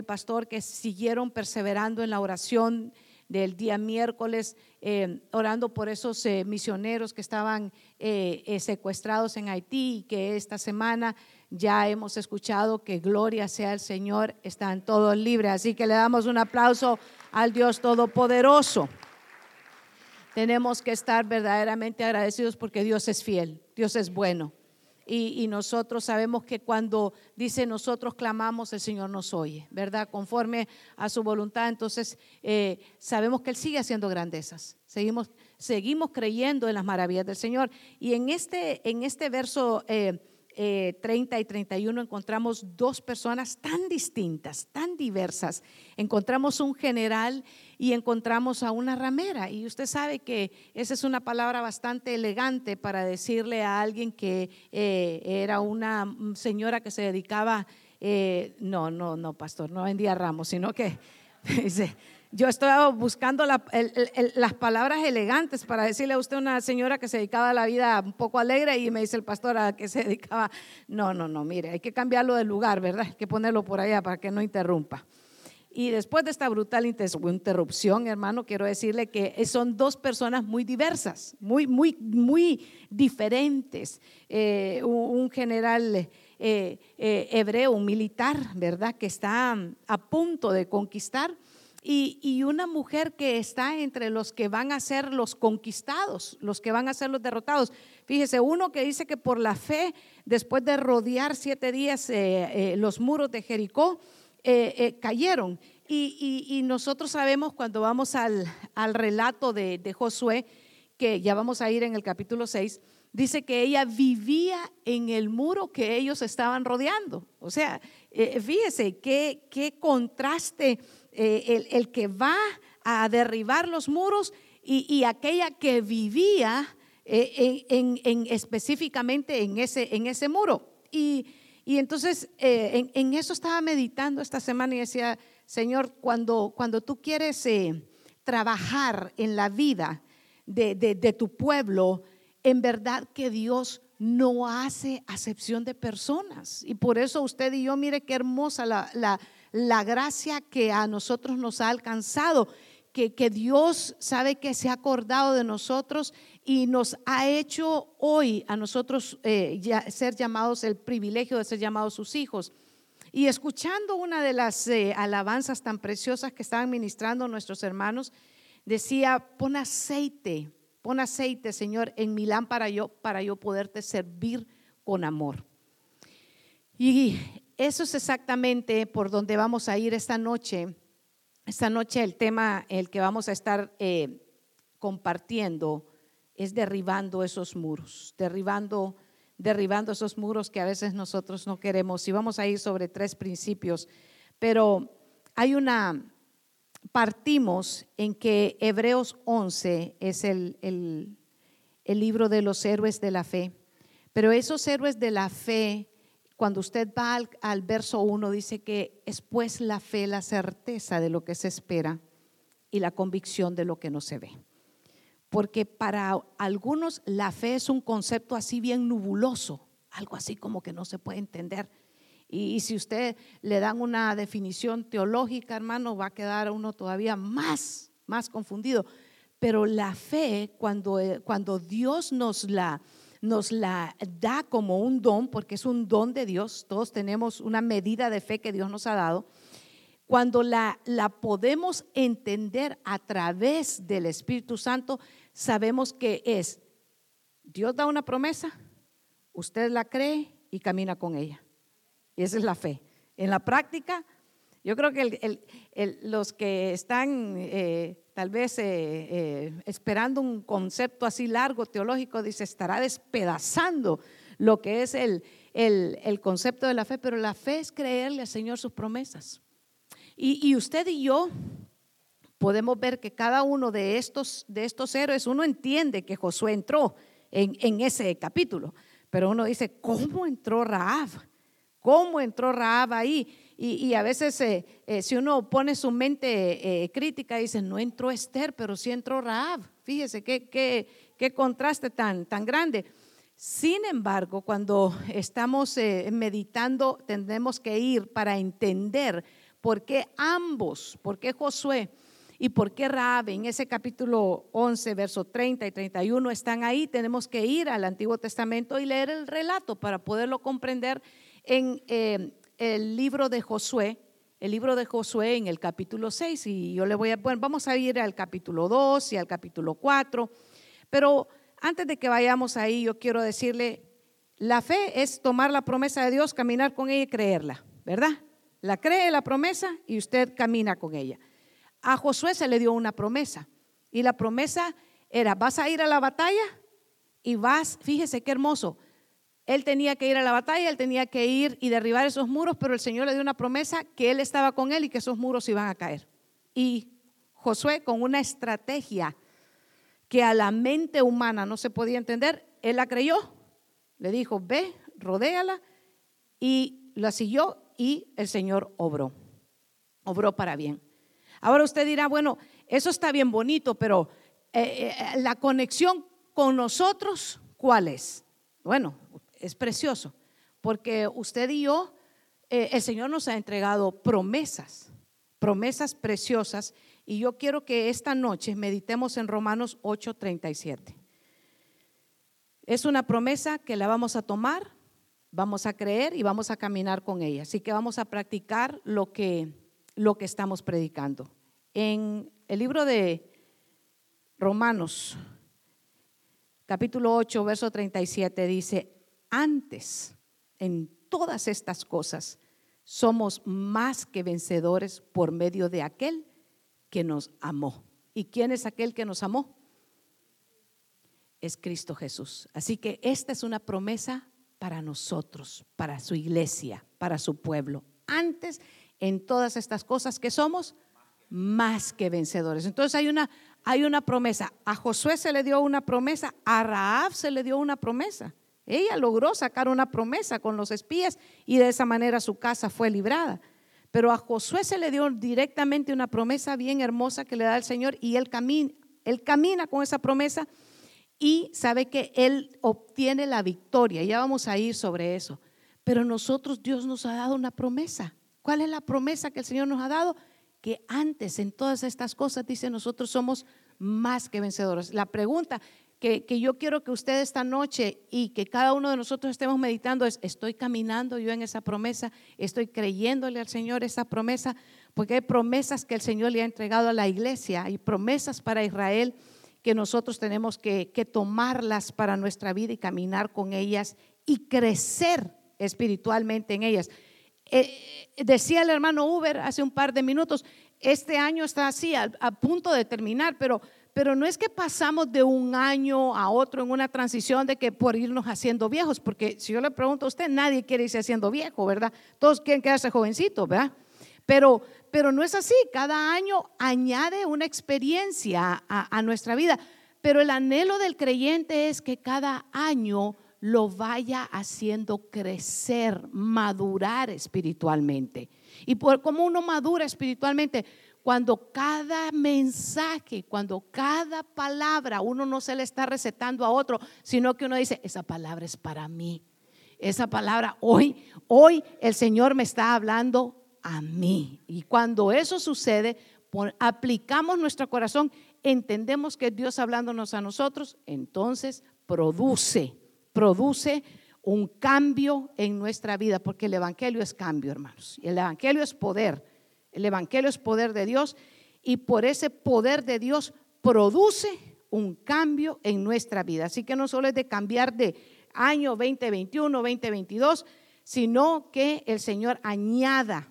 pastor que siguieron perseverando en la oración del día miércoles, orando por esos misioneros que estaban secuestrados en Haití, y que esta semana ya hemos escuchado que gloria sea el Señor, están todos libres. Así que le damos un aplauso al Dios Todopoderoso. Tenemos que estar verdaderamente agradecidos porque Dios es fiel, Dios es bueno. Y nosotros sabemos que cuando dice nosotros clamamos, el Señor nos oye, ¿verdad? Conforme a su voluntad. Entonces sabemos que Él sigue haciendo grandezas. Seguimos creyendo en las maravillas del Señor. Y en este verso 30 y 31 encontramos dos personas tan distintas, tan diversas. Encontramos un general y encontramos a una ramera, y usted sabe que esa es una palabra bastante elegante para decirle a alguien que era una señora que se dedicaba, no, pastor, no vendía ramos, sino que dice, yo estaba buscando las palabras elegantes para decirle a usted una señora que se dedicaba a la vida un poco alegre, y me dice el pastor a que se dedicaba, no, mire, hay que cambiarlo de lugar, ¿verdad? Hay que ponerlo por allá para que no interrumpa. Y después de esta brutal interrupción, hermano, quiero decirle que son dos personas muy diversas, muy diferentes. Un general hebreo, un militar, ¿verdad?, que está a punto de conquistar, y una mujer que está entre los que van a ser los conquistados, los que van a ser los derrotados. Fíjese, uno que dice que por la fe, después de rodear 7 días los muros de Jericó, cayeron. Y nosotros sabemos, cuando vamos al relato de Josué, que ya vamos a ir en el capítulo 6, dice que ella vivía en el muro que ellos estaban rodeando. O sea, fíjese qué contraste, el que va a derribar los muros y aquella que vivía específicamente en ese muro. Y entonces en eso estaba meditando esta semana y decía, Señor, cuando tú quieres trabajar en la vida de tu pueblo, en verdad que Dios no hace acepción de personas. Y por eso usted y yo, mire qué hermosa la gracia que a nosotros nos ha alcanzado, que Dios sabe que se ha acordado de nosotros y nos ha hecho hoy a nosotros ser llamados, el privilegio de ser llamados sus hijos. Y escuchando una de las alabanzas tan preciosas que estaban ministrando nuestros hermanos, decía, pon aceite, Señor, en mi lámpara para yo poderte servir con amor. Y eso es exactamente por donde vamos a ir esta noche. Esta noche el tema el que vamos a estar compartiendo es derribando esos muros, derribando esos muros que a veces nosotros no queremos. Y vamos a ir sobre 3 principios, pero partimos en que Hebreos 11 es el libro de los héroes de la fe. Pero esos héroes de la fe, cuando usted va al verso 1, dice que es pues la fe, la certeza de lo que se espera y la convicción de lo que no se ve. Porque para algunos la fe es un concepto así bien nubuloso, algo así como que no se puede entender. Y si usted le dan una definición teológica, hermano, va a quedar uno todavía más confundido. Pero la fe, cuando Dios nos la da como un don, porque es un don de Dios, todos tenemos una medida de fe que Dios nos ha dado. Cuando la podemos entender a través del Espíritu Santo, sabemos que es Dios da una promesa, usted la cree y camina con ella. Y esa es la fe. En la práctica, yo creo que los que están tal vez esperando un concepto así largo teológico, dice, estará despedazando lo que es el concepto de la fe. Pero la fe es creerle al Señor sus promesas. Y usted y yo podemos ver que cada uno de estos héroes, uno entiende que Josué entró en ese capítulo, pero uno dice, ¿cómo entró Rahab? ¿Cómo entró Rahab ahí? Y a veces si uno pone su mente crítica, dice, no entró Esther, pero sí entró Rahab. Fíjese qué contraste tan grande. Sin embargo, cuando estamos meditando, tenemos que ir para entender ¿Por qué ambos? ¿Por qué Josué? ¿Y por qué Rahab? En ese capítulo 11, verso 30 y 31 están ahí. Tenemos que ir al Antiguo Testamento y leer el relato para poderlo comprender en el libro de Josué. El libro de Josué en el capítulo 6. Y yo le voy a, bueno, vamos a ir al capítulo 2 y al capítulo 4. Pero antes de que vayamos ahí, yo quiero decirle, la fe es tomar la promesa de Dios, caminar con ella y creerla, ¿verdad? La cree la promesa y usted camina con ella. A Josué se le dio una promesa y la promesa era: vas a ir a la batalla y vas, fíjese qué hermoso, él tenía que ir a la batalla, él tenía que ir y derribar esos muros, pero el Señor le dio una promesa que él estaba con él y que esos muros iban a caer. Y Josué, con una estrategia que a la mente humana no se podía entender, él la creyó, le dijo: ve, rodéala, y la siguió y el Señor obró para bien. Ahora usted dirá, bueno, eso está bien bonito, pero la conexión con nosotros, ¿cuál es? Bueno, es precioso, porque usted y yo, el Señor nos ha entregado promesas preciosas, y yo quiero que esta noche meditemos en Romanos 8:37. Es una promesa que la vamos a tomar, vamos a creer y vamos a caminar con ella. Así que vamos a practicar lo que estamos predicando. En el libro de Romanos, capítulo 8, verso 37 dice: antes, en todas estas cosas, somos más que vencedores por medio de aquel que nos amó. ¿Y quién es aquel que nos amó? Es Cristo Jesús. Así que esta es una promesa para nosotros, para su iglesia, para su pueblo. Antes, en todas estas cosas, que somos más que vencedores. Entonces hay una promesa. A Josué se le dio una promesa, a Rahab se le dio una promesa. Ella logró sacar una promesa con los espías y de esa manera su casa fue librada. Pero a Josué se le dio directamente una promesa bien hermosa que le da el Señor, y él camina con esa promesa y sabe que él obtiene la victoria. Ya vamos a ir sobre eso. Pero nosotros, Dios nos ha dado una promesa. ¿Cuál es la promesa que el Señor nos ha dado? Que antes, en todas estas cosas, dice, nosotros somos más que vencedores. La pregunta que yo quiero que usted esta noche y que cada uno de nosotros estemos meditando es: ¿estoy caminando yo en esa promesa? ¿Estoy creyéndole al Señor esa promesa? Porque hay promesas que el Señor le ha entregado a la iglesia, hay promesas para Israel que nosotros tenemos que tomarlas para nuestra vida y caminar con ellas y crecer espiritualmente en ellas. Decía el hermano Uber hace un par de minutos, este año está así a punto de terminar, pero no es que pasamos de un año a otro en una transición de que por irnos haciendo viejos, porque si yo le pregunto a usted, nadie quiere irse haciendo viejo, ¿verdad? Todos quieren quedarse jovencitos, ¿verdad? Pero no es así. Cada año añade una experiencia a nuestra vida, pero el anhelo del creyente es que cada año lo vaya haciendo crecer, madurar espiritualmente. Y por cómo uno madura espiritualmente, cuando cada mensaje, cuando cada palabra, uno no se le está recetando a otro, sino que uno dice: esa palabra es para mí. Esa palabra hoy el Señor me está hablando a mí. Y cuando eso sucede, aplicamos nuestro corazón, entendemos que es Dios hablándonos a nosotros, entonces produce un cambio en nuestra vida, porque el evangelio es cambio, hermanos, y el evangelio es poder. El evangelio es poder de Dios, y por ese poder de Dios produce un cambio en nuestra vida. Así que no solo es de cambiar de año 2021, 2022, sino que el Señor añada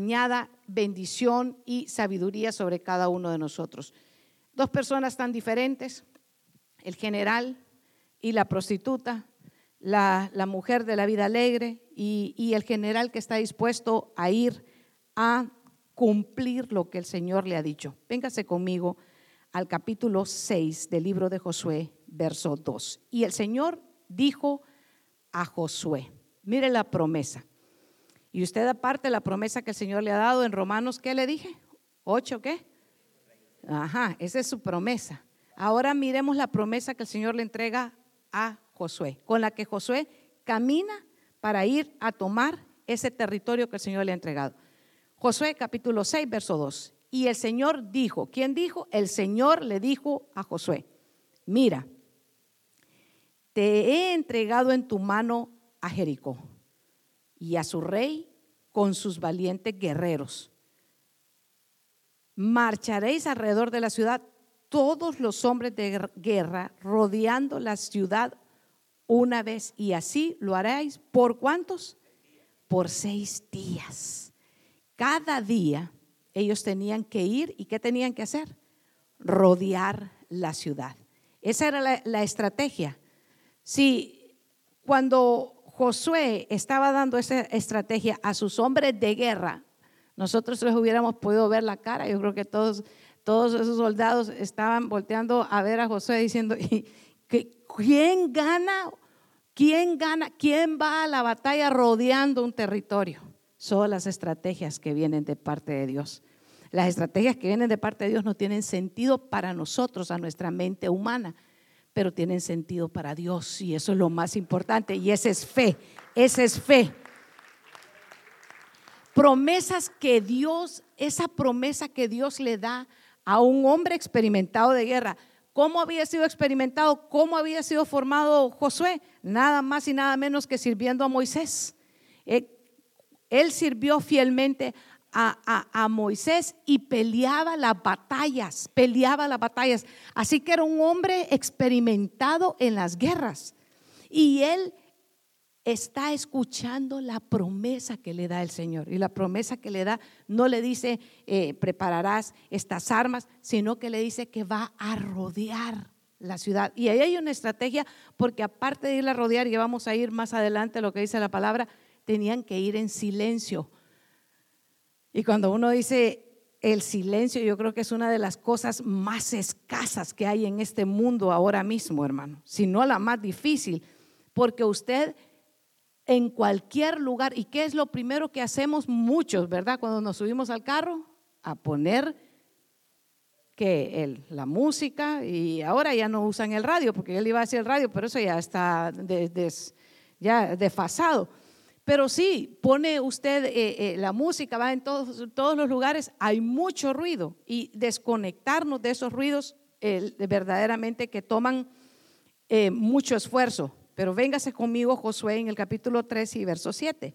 bendición y sabiduría sobre cada uno de nosotros. Dos personas tan diferentes, el general y la prostituta, la mujer de la vida alegre y el general que está dispuesto a ir a cumplir lo que el Señor le ha dicho. Véngase conmigo al capítulo 6 del libro de Josué, verso 2. Y el Señor dijo a Josué, mire la promesa. Y usted, aparte de la promesa que el Señor le ha dado en Romanos, ¿qué le dije? 8, ¿qué? Ajá, esa es su promesa. Ahora miremos la promesa que el Señor le entrega a Josué, con la que Josué camina para ir a tomar ese territorio que el Señor le ha entregado. Josué capítulo 6, verso 2. Y el Señor dijo, ¿quién dijo? El Señor le dijo a Josué, mira, te he entregado en tu mano a Jericó y a su rey con sus valientes guerreros. Marcharéis alrededor de la ciudad todos los hombres de guerra rodeando la ciudad una vez, y así lo haréis. ¿Por cuántos? Por 6 días. Cada día ellos tenían que ir, ¿y qué tenían que hacer? Rodear la ciudad. Esa era la estrategia. Si cuando Josué estaba dando esa estrategia a sus hombres de guerra, nosotros les hubiéramos podido ver la cara. Yo creo que todos esos soldados estaban volteando a ver a Josué diciendo, ¿quién gana? ¿Quién gana? ¿Quién va a la batalla rodeando un territorio? Son las estrategias que vienen de parte de Dios. Las estrategias que vienen de parte de Dios no tienen sentido para nosotros, a nuestra mente humana, pero tienen sentido para Dios, y eso es lo más importante, y esa es fe, esa es fe. Promesas que Dios, esa promesa que Dios le da a un hombre experimentado de guerra. ¿Cómo había sido experimentado? ¿Cómo había sido formado Josué? Nada más y nada menos que sirviendo a Moisés. Él sirvió fielmente a Moisés y peleaba las batallas. Así que era un hombre experimentado en las guerras. Y él está escuchando la promesa que le da el Señor. Y la promesa que le da no le dice prepararás estas armas, sino que le dice que va a rodear la ciudad. Y ahí hay una estrategia, porque aparte de ir a rodear, y vamos a ir más adelante lo que dice la palabra, tenían que ir en silencio. Y cuando uno dice el silencio, yo creo que es una de las cosas más escasas que hay en este mundo ahora mismo, hermano, si no la más difícil, porque usted en cualquier lugar, ¿y qué es lo primero que hacemos muchos, verdad? Cuando nos subimos al carro, a poner la música, y ahora ya no usan el radio, porque él iba a decir el radio, pero eso ya está ya desfasado. Pero sí, pone usted la música, va en todos los lugares, hay mucho ruido, y desconectarnos de esos ruidos verdaderamente que toman mucho esfuerzo. Pero véngase conmigo, Josué, en el capítulo 3 y verso 7.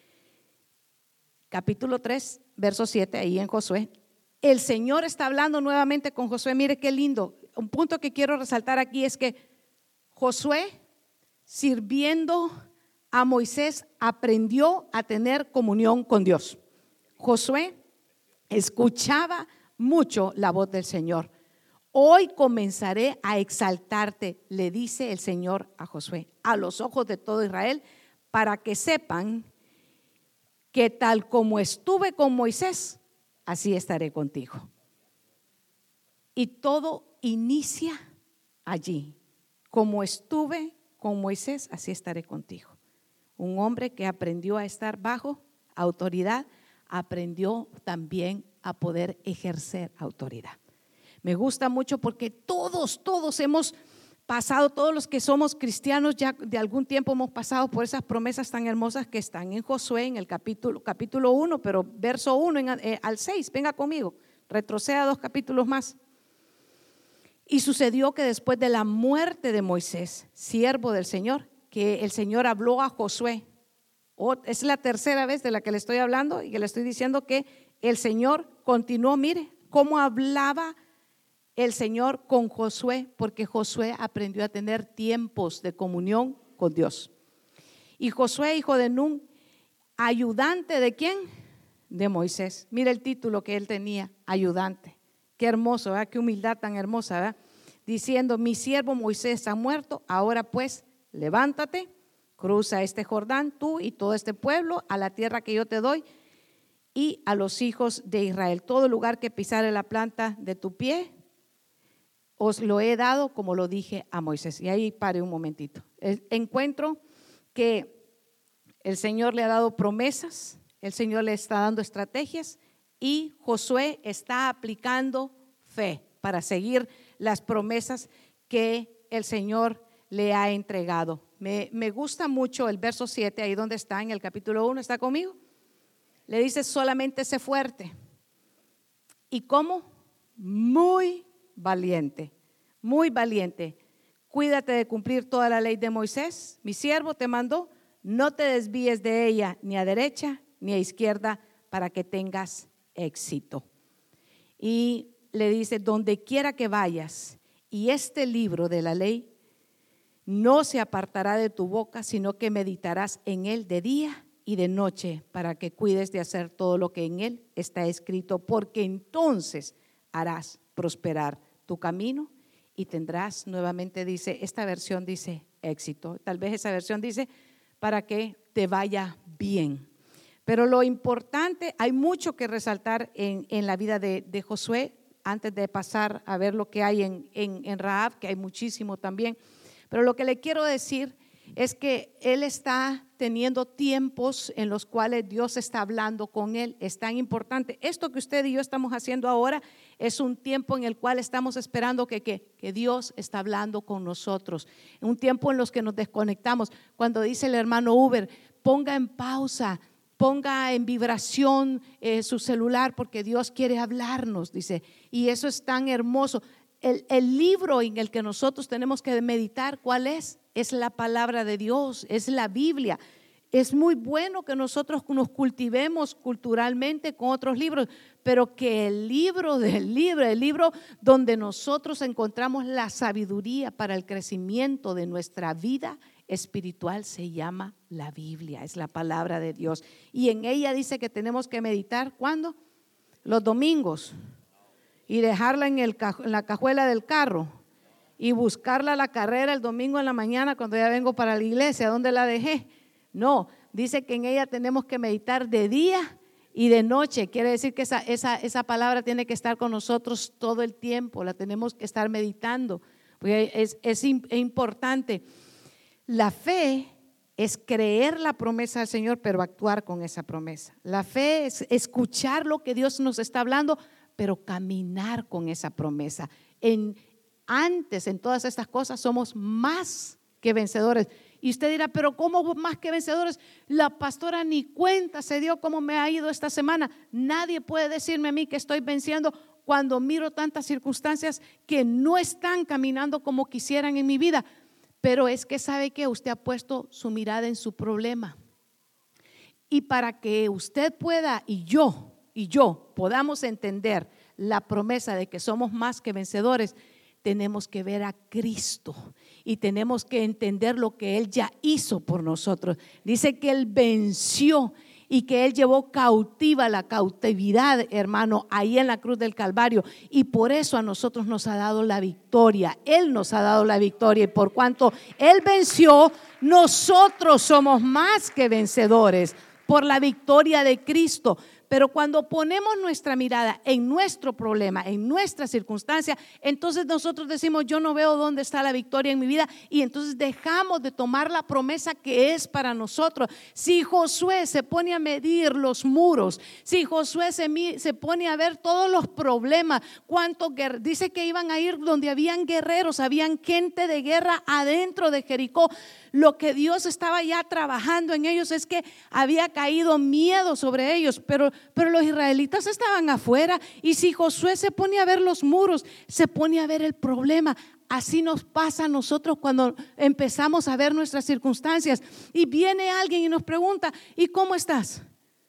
Capítulo 3, verso 7, ahí en Josué. El Señor está hablando nuevamente con Josué. Mire qué lindo. Un punto que quiero resaltar aquí es que Josué, sirviendo a Moisés, aprendió a tener comunión con Dios. Josué escuchaba mucho la voz del Señor. Hoy comenzaré a exaltarte, le dice el Señor a Josué, a los ojos de todo Israel, para que sepan que tal como estuve con Moisés, así estaré contigo. Y todo inicia allí. Como estuve con Moisés, así estaré contigo. Un hombre que aprendió a estar bajo autoridad, aprendió también a poder ejercer autoridad. Me gusta mucho porque todos hemos pasado, todos los que somos cristianos ya de algún tiempo hemos pasado por esas promesas tan hermosas que están en Josué, en el capítulo 1, pero verso 1 al 6, venga conmigo, retroceda 2 capítulos más. Y sucedió que después de la muerte de Moisés, siervo del Señor, que el Señor habló a Josué. Es la tercera vez de la que le estoy hablando y que le estoy diciendo que el Señor continuó. Mire cómo hablaba el Señor con Josué, porque Josué aprendió a tener tiempos de comunión con Dios. Y Josué, hijo de Nun, ayudante ¿de quién? De Moisés. Mira el título que él tenía, ayudante. Qué hermoso, ¿verdad? Qué humildad tan hermosa, ¿verdad? Diciendo, mi siervo Moisés ha muerto, ahora pues levántate, cruza este Jordán, tú y todo este pueblo, a la tierra que yo te doy, y a los hijos de Israel. Todo lugar que pisare la planta de tu pie, os lo he dado como lo dije a Moisés. Y ahí pare un momentito. Encuentro que el Señor le ha dado promesas, el Señor le está dando estrategias, y Josué está aplicando fe para seguir las promesas que el Señor le ha entregado. Me gusta mucho el verso 7, ahí donde está en el capítulo 1, ¿está conmigo? le dice solamente sé fuerte. ¿Y cómo? Muy valiente, muy valiente. Cuídate de cumplir toda la ley de Moisés, mi siervo te mandó, no te desvíes de ella ni a derecha ni a izquierda para que tengas éxito. Y le dice, donde quiera que vayas, y este libro de la ley no se apartará de tu boca, sino que meditarás en él de día y de noche, para que cuides de hacer todo lo que en él está escrito, porque entonces harás prosperar tu camino y tendrás, nuevamente dice, esta versión dice éxito, tal vez esa versión dice para que te vaya bien. Pero lo importante, hay mucho que resaltar en la vida de Josué, antes de pasar a ver lo que hay en Rahab, que hay muchísimo también. Pero lo que le quiero decir es que él está teniendo tiempos en los cuales Dios está hablando con él. Es tan importante. Esto que usted y yo estamos haciendo ahora es un tiempo en el cual estamos esperando que Dios está hablando con nosotros. Un tiempo en los que nos desconectamos. Cuando dice el hermano Uber, ponga en pausa, ponga en vibración su celular porque Dios quiere hablarnos, dice. Y eso es tan hermoso. El libro en el que nosotros tenemos que meditar, ¿cuál es? Es la palabra de Dios, es la Biblia. Es muy bueno que nosotros nos cultivemos culturalmente con otros libros, pero que el libro donde nosotros encontramos la sabiduría para el crecimiento de nuestra vida espiritual se llama la Biblia, es la palabra de Dios. Y en ella dice que tenemos que meditar, ¿cuándo? Los domingos. Y dejarla en la cajuela del carro y buscarla a la carrera el domingo en la mañana cuando ya vengo para la iglesia. ¿Dónde la dejé? No, dice que en ella tenemos que meditar de día y de noche. Quiere decir que esa palabra tiene que estar con nosotros todo el tiempo, la tenemos que estar meditando, porque es importante. La fe es creer la promesa del Señor, pero actuar con esa promesa. La fe es escuchar lo que Dios nos está hablando, pero caminar con esa promesa. Antes, en todas estas cosas, somos más que vencedores. Y usted dirá, pero ¿cómo más que vencedores? La pastora ni cuenta se dio cómo me ha ido esta semana. Nadie puede decirme a mí que estoy venciendo cuando miro tantas circunstancias que no están caminando como quisieran en mi vida. Pero es que sabe que usted ha puesto su mirada en su problema. Y para que usted pueda y yo podamos entender la promesa de que somos más que vencedores, tenemos que ver a Cristo y tenemos que entender lo que Él ya hizo por nosotros. Dice que Él venció y que Él llevó cautiva la cautividad, hermano, ahí en la cruz del Calvario, y por eso a nosotros nos ha dado la victoria. Él nos ha dado la victoria, y por cuanto Él venció, nosotros somos más que vencedores por la victoria de Cristo. Pero cuando ponemos nuestra mirada en nuestro problema, en nuestra circunstancia, entonces nosotros decimos, yo no veo dónde está la victoria en mi vida, y entonces dejamos de tomar la promesa que es para nosotros. Si Josué se pone a medir los muros, si Josué se pone a ver todos los problemas, dice que iban a ir donde habían guerreros, habían gente de guerra adentro de Jericó. Lo que Dios estaba ya trabajando en ellos es que había caído miedo sobre ellos, pero los israelitas estaban afuera. Y si Josué se pone a ver los muros, se pone a ver el problema. Así nos pasa a nosotros cuando empezamos a ver nuestras circunstancias y viene alguien y nos pregunta, ¿y cómo estás?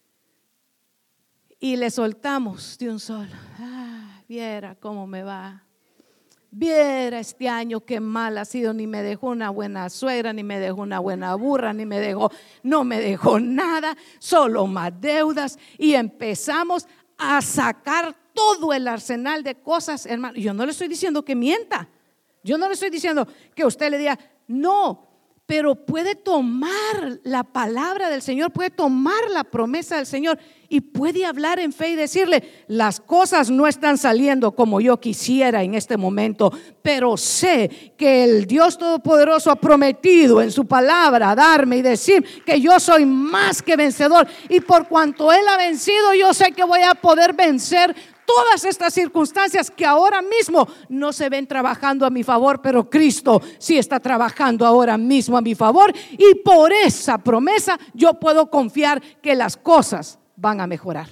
Y le soltamos de un solo, viera cómo me va. Viera este año qué mal ha sido, ni me dejó una buena suegra, ni me dejó una buena burra, no me dejó nada, solo más deudas. Y empezamos a sacar todo el arsenal de cosas, hermano. Yo no le estoy diciendo que mienta, yo no le estoy diciendo que usted le diga no, pero puede tomar la palabra del Señor, puede tomar la promesa del Señor y puede hablar en fe y decirle, las cosas no están saliendo como yo quisiera en este momento, pero sé que el Dios Todopoderoso ha prometido en su palabra darme y decir que yo soy más que vencedor, y por cuanto Él ha vencido, yo sé que voy a poder vencer todas estas circunstancias que ahora mismo no se ven trabajando a mi favor, pero Cristo sí está trabajando ahora mismo a mi favor, y por esa promesa yo puedo confiar que las cosas van a mejorar.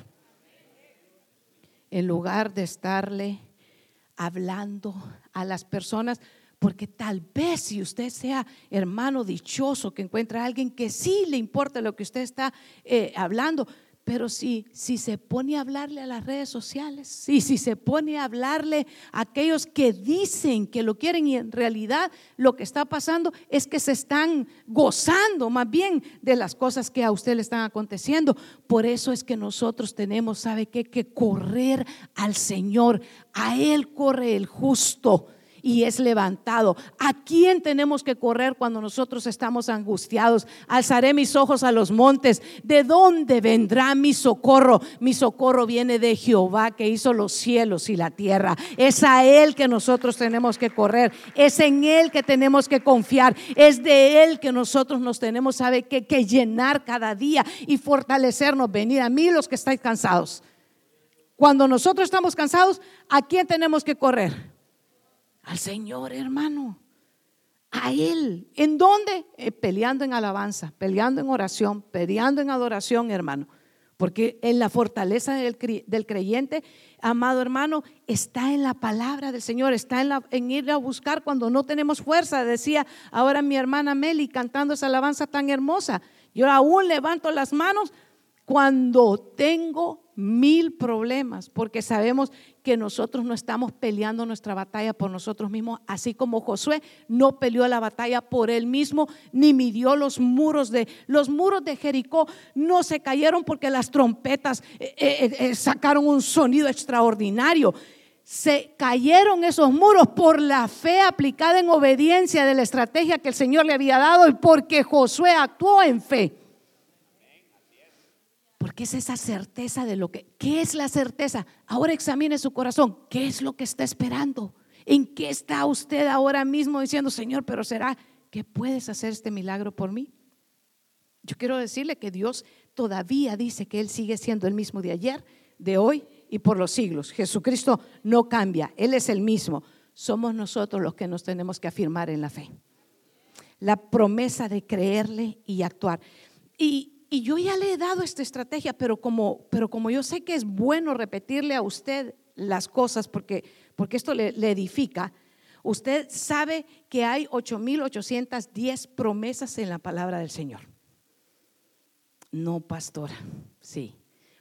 En lugar de estarle hablando a las personas, porque tal vez si usted sea hermano dichoso que encuentra a alguien que sí le importa lo que usted está hablando, pero si se pone a hablarle a las redes sociales, y si se pone a hablarle a aquellos que dicen que lo quieren y en realidad lo que está pasando es que se están gozando más bien de las cosas que a usted le están aconteciendo. Por eso es que nosotros tenemos, ¿sabe qué? Que correr al Señor. A Él corre el justo y es levantado. ¿A quién tenemos que correr cuando nosotros estamos angustiados? Alzaré mis ojos a los montes. ¿De dónde vendrá mi socorro? Mi socorro viene de Jehová, que hizo los cielos y la tierra. Es a Él que nosotros tenemos que correr. Es en Él que tenemos que confiar. Es de Él que nosotros nos tenemos, ¿sabe qué? Que llenar cada día y fortalecernos. Venid a mí los que estáis cansados. Cuando nosotros estamos cansados, ¿a quién tenemos que correr? Al Señor, hermano. A Él. ¿En dónde? Peleando en alabanza, peleando en oración, peleando en adoración, hermano. Porque en la fortaleza del creyente, amado hermano, está en la palabra del Señor, está en ir a buscar cuando no tenemos fuerza. Decía ahora mi hermana Meli cantando esa alabanza tan hermosa. Yo aún levanto las manos cuando tengo 1000 problemas, porque sabemos que nosotros no estamos peleando nuestra batalla por nosotros mismos, así como Josué no peleó la batalla por él mismo, ni midió los muros de Jericó. No se cayeron porque las trompetas sacaron un sonido extraordinario. Se cayeron esos muros por la fe aplicada en obediencia de la estrategia que el Señor le había dado y porque Josué actuó en fe. Porque es esa certeza de ¿qué es la certeza? Ahora examine su corazón. ¿Qué es lo que está esperando? ¿En qué está usted ahora mismo diciendo, Señor, pero será que puedes hacer este milagro por mí? Yo quiero decirle que Dios todavía dice que Él sigue siendo el mismo de ayer, de hoy y por los siglos. Jesucristo no cambia, Él es el mismo. Somos nosotros los que nos tenemos que afirmar en la fe. La promesa de creerle y actuar. Y yo ya le he dado esta estrategia, pero como yo sé que es bueno repetirle a usted las cosas porque esto le edifica. Usted sabe que hay 8,810 promesas en la palabra del Señor. No, pastora, sí,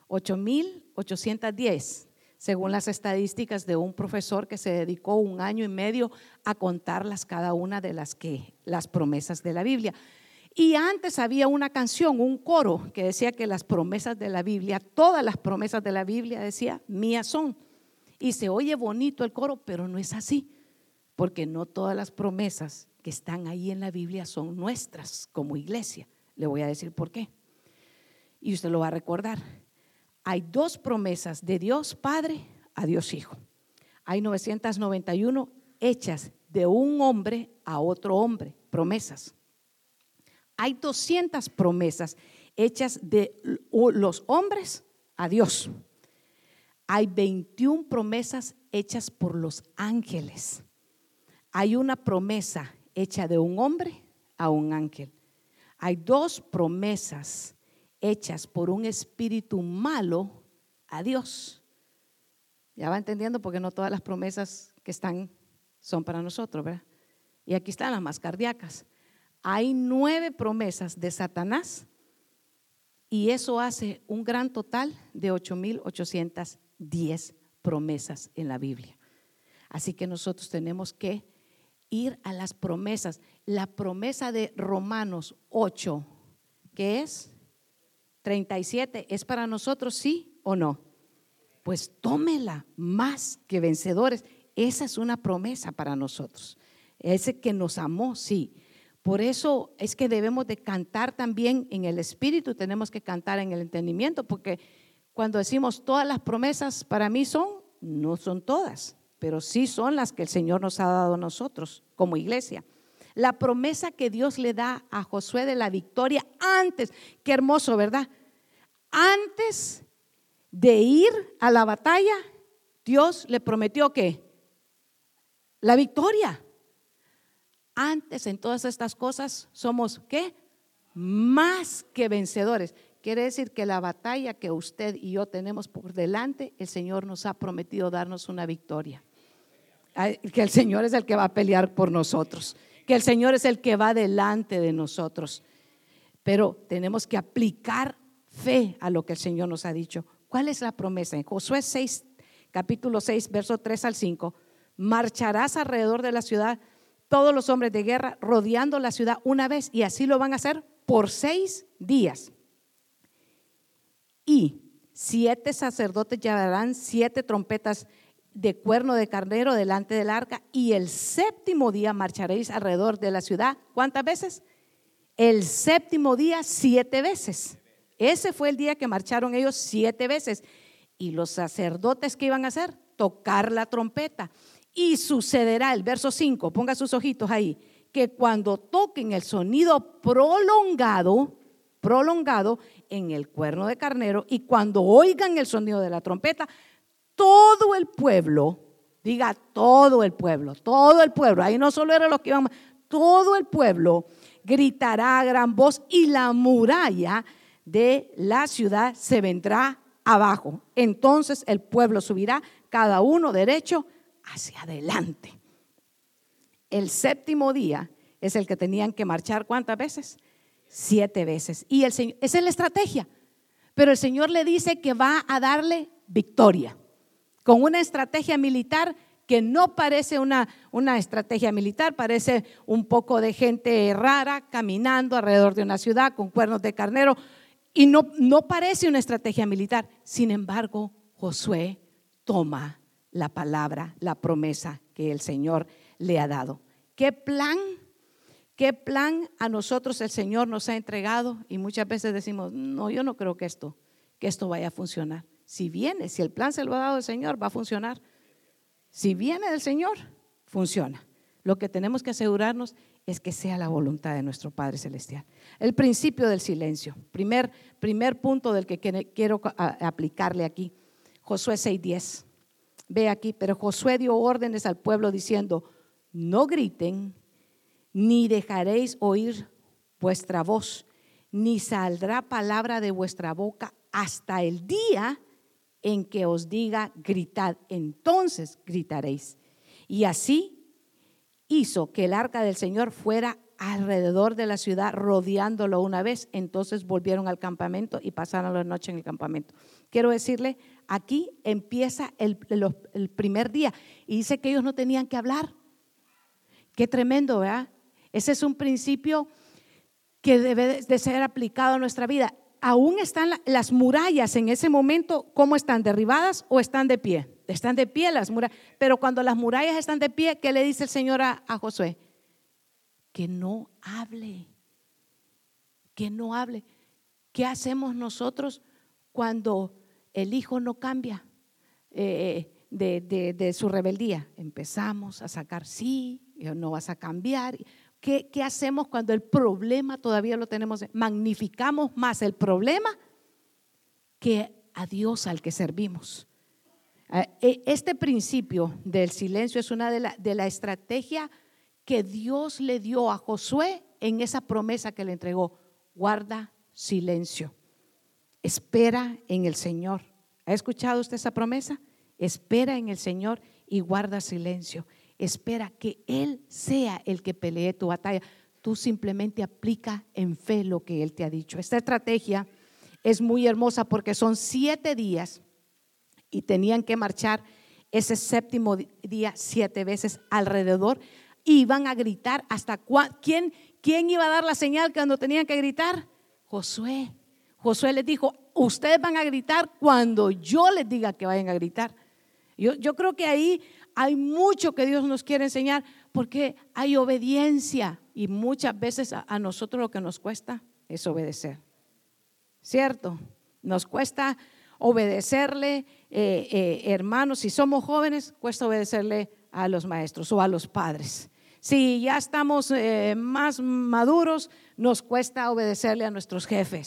8,810, según las estadísticas de un profesor que se dedicó 1 año y medio a contarlas cada una de las promesas de la Biblia. Y antes había una canción, un coro que decía que las promesas de la Biblia, todas las promesas de la Biblia, decía, mías son. Y se oye bonito el coro, pero no es así, porque no todas las promesas que están ahí en la Biblia son nuestras como iglesia. Le voy a decir por qué. Y usted lo va a recordar. Hay 2 promesas de Dios Padre a Dios Hijo. Hay 991 hechas de un hombre a otro hombre, promesas. Hay 200 promesas hechas de los hombres a Dios. Hay 21 promesas hechas por los ángeles. Hay una promesa hecha de un hombre a un ángel. Hay 2 promesas hechas por un espíritu malo a Dios. Ya va entendiendo, porque no todas las promesas que están son para nosotros, ¿verdad? Y aquí están las más cardíacas. Hay 9 promesas de Satanás y eso hace un gran total de 8,810 promesas en la Biblia. Así que nosotros tenemos que ir a las promesas. La promesa de Romanos 8, ¿qué es? 37, ¿es para nosotros sí o no? Pues tómela, más que vencedores. Esa es una promesa para nosotros. Ese que nos amó, sí. Por eso es que debemos de cantar también en el espíritu, tenemos que cantar en el entendimiento, porque cuando decimos todas las promesas para mí no son todas, pero sí son las que el Señor nos ha dado a nosotros como iglesia. La promesa que Dios le da a Josué de la victoria antes, qué hermoso, ¿verdad? Antes de ir a la batalla, Dios le prometió ¿qué? La victoria. Antes en todas estas cosas somos ¿qué? Más que vencedores. quiere decir que la batalla que usted y yo tenemos por delante, el Señor nos ha prometido darnos una victoria. Que el Señor es el que va a pelear por nosotros, que el Señor es el que va delante de nosotros. Pero tenemos que aplicar fe a lo que el Señor nos ha dicho. ¿Cuál es la promesa? En Josué 6, capítulo 6, verso 3 al 5, marcharás alrededor de la ciudad, todos los hombres de guerra, rodeando la ciudad una vez, y así lo van a hacer por 6 días. Y 7 sacerdotes llevarán 7 trompetas de cuerno de carnero delante del arca, y el 7º día marcharéis alrededor de la ciudad. ¿Cuántas veces? El 7º día 7 veces. Ese fue el día que marcharon ellos 7 veces. Y los sacerdotes, ¿qué iban a hacer? Tocar la trompeta. Y sucederá, el verso 5, ponga sus ojitos ahí, que cuando toquen el sonido prolongado en el cuerno de carnero, y cuando oigan el sonido de la trompeta, todo el pueblo, diga todo el pueblo, ahí no solo eran los que iban, todo el pueblo gritará a gran voz, y la muralla de la ciudad se vendrá abajo. Entonces el pueblo subirá, cada uno derecho hacia adelante. El 7º día es el que tenían que marchar. ¿Cuántas veces? 7 veces. Y el Señor, esa es la estrategia. Pero el Señor le dice que va a darle victoria con una estrategia militar que no parece una estrategia militar, parece un poco de gente rara caminando alrededor de una ciudad con cuernos de carnero, y no parece una estrategia militar. Sin embargo, Josué toma la palabra, la promesa que el Señor le ha dado. ¿Qué plan a nosotros el Señor nos ha entregado? Y muchas veces decimos, no, yo no creo que esto vaya a funcionar. Si el plan se lo ha dado el Señor, va a funcionar. Si viene del Señor, funciona. Lo que tenemos que asegurarnos es que sea la voluntad de nuestro Padre Celestial. El principio del silencio, primer punto del que quiero aplicarle aquí. Josué 6:10. Ve aquí, pero Josué dio órdenes al pueblo diciendo: no griten, ni dejaréis oír vuestra voz, ni saldrá palabra de vuestra boca hasta el día en que os diga gritad, entonces gritaréis. Y así hizo que el arca del Señor fuera alrededor de la ciudad, rodeándolo una vez. Entonces volvieron al campamento y pasaron la noche en el campamento. Quiero decirle, aquí empieza el primer día, y dice que ellos no tenían que hablar. Qué tremendo, ¿verdad? Ese es un principio que debe de ser aplicado a nuestra vida. Aún están las murallas en ese momento, ¿cómo están? ¿Derribadas o están de pie? Están de pie las murallas. Pero cuando las murallas están de pie, ¿qué le dice el Señor a Josué? Que no hable. Que no hable. ¿Qué hacemos nosotros cuando el hijo no cambia de su rebeldía? Empezamos a sacar, sí, no vas a cambiar. ¿Qué hacemos cuando el problema todavía lo tenemos? Magnificamos más el problema que a Dios al que servimos. Este principio del silencio es una de la estrategia que Dios le dio a Josué en esa promesa que le entregó. Guarda silencio, espera en el Señor. ¿Ha escuchado usted esa promesa? Espera en el Señor y guarda silencio. Espera que Él sea el que pelee tu batalla. Tú simplemente aplica en fe lo que Él te ha dicho. Esta estrategia es muy hermosa porque son 7 días y tenían que marchar ese 7º día 7 veces alrededor. Iban a gritar hasta ¿quién iba a dar la señal cuando tenían que gritar? Josué. Josué les dijo: ustedes van a gritar cuando yo les diga que vayan a gritar. Yo creo que ahí hay mucho que Dios nos quiere enseñar, porque hay obediencia, y muchas veces a nosotros lo que nos cuesta es obedecer, ¿cierto? Nos cuesta obedecerle, hermanos, si somos jóvenes, cuesta obedecerle a los maestros o a los padres. Si ya estamos más maduros, nos cuesta obedecerle a nuestros jefes.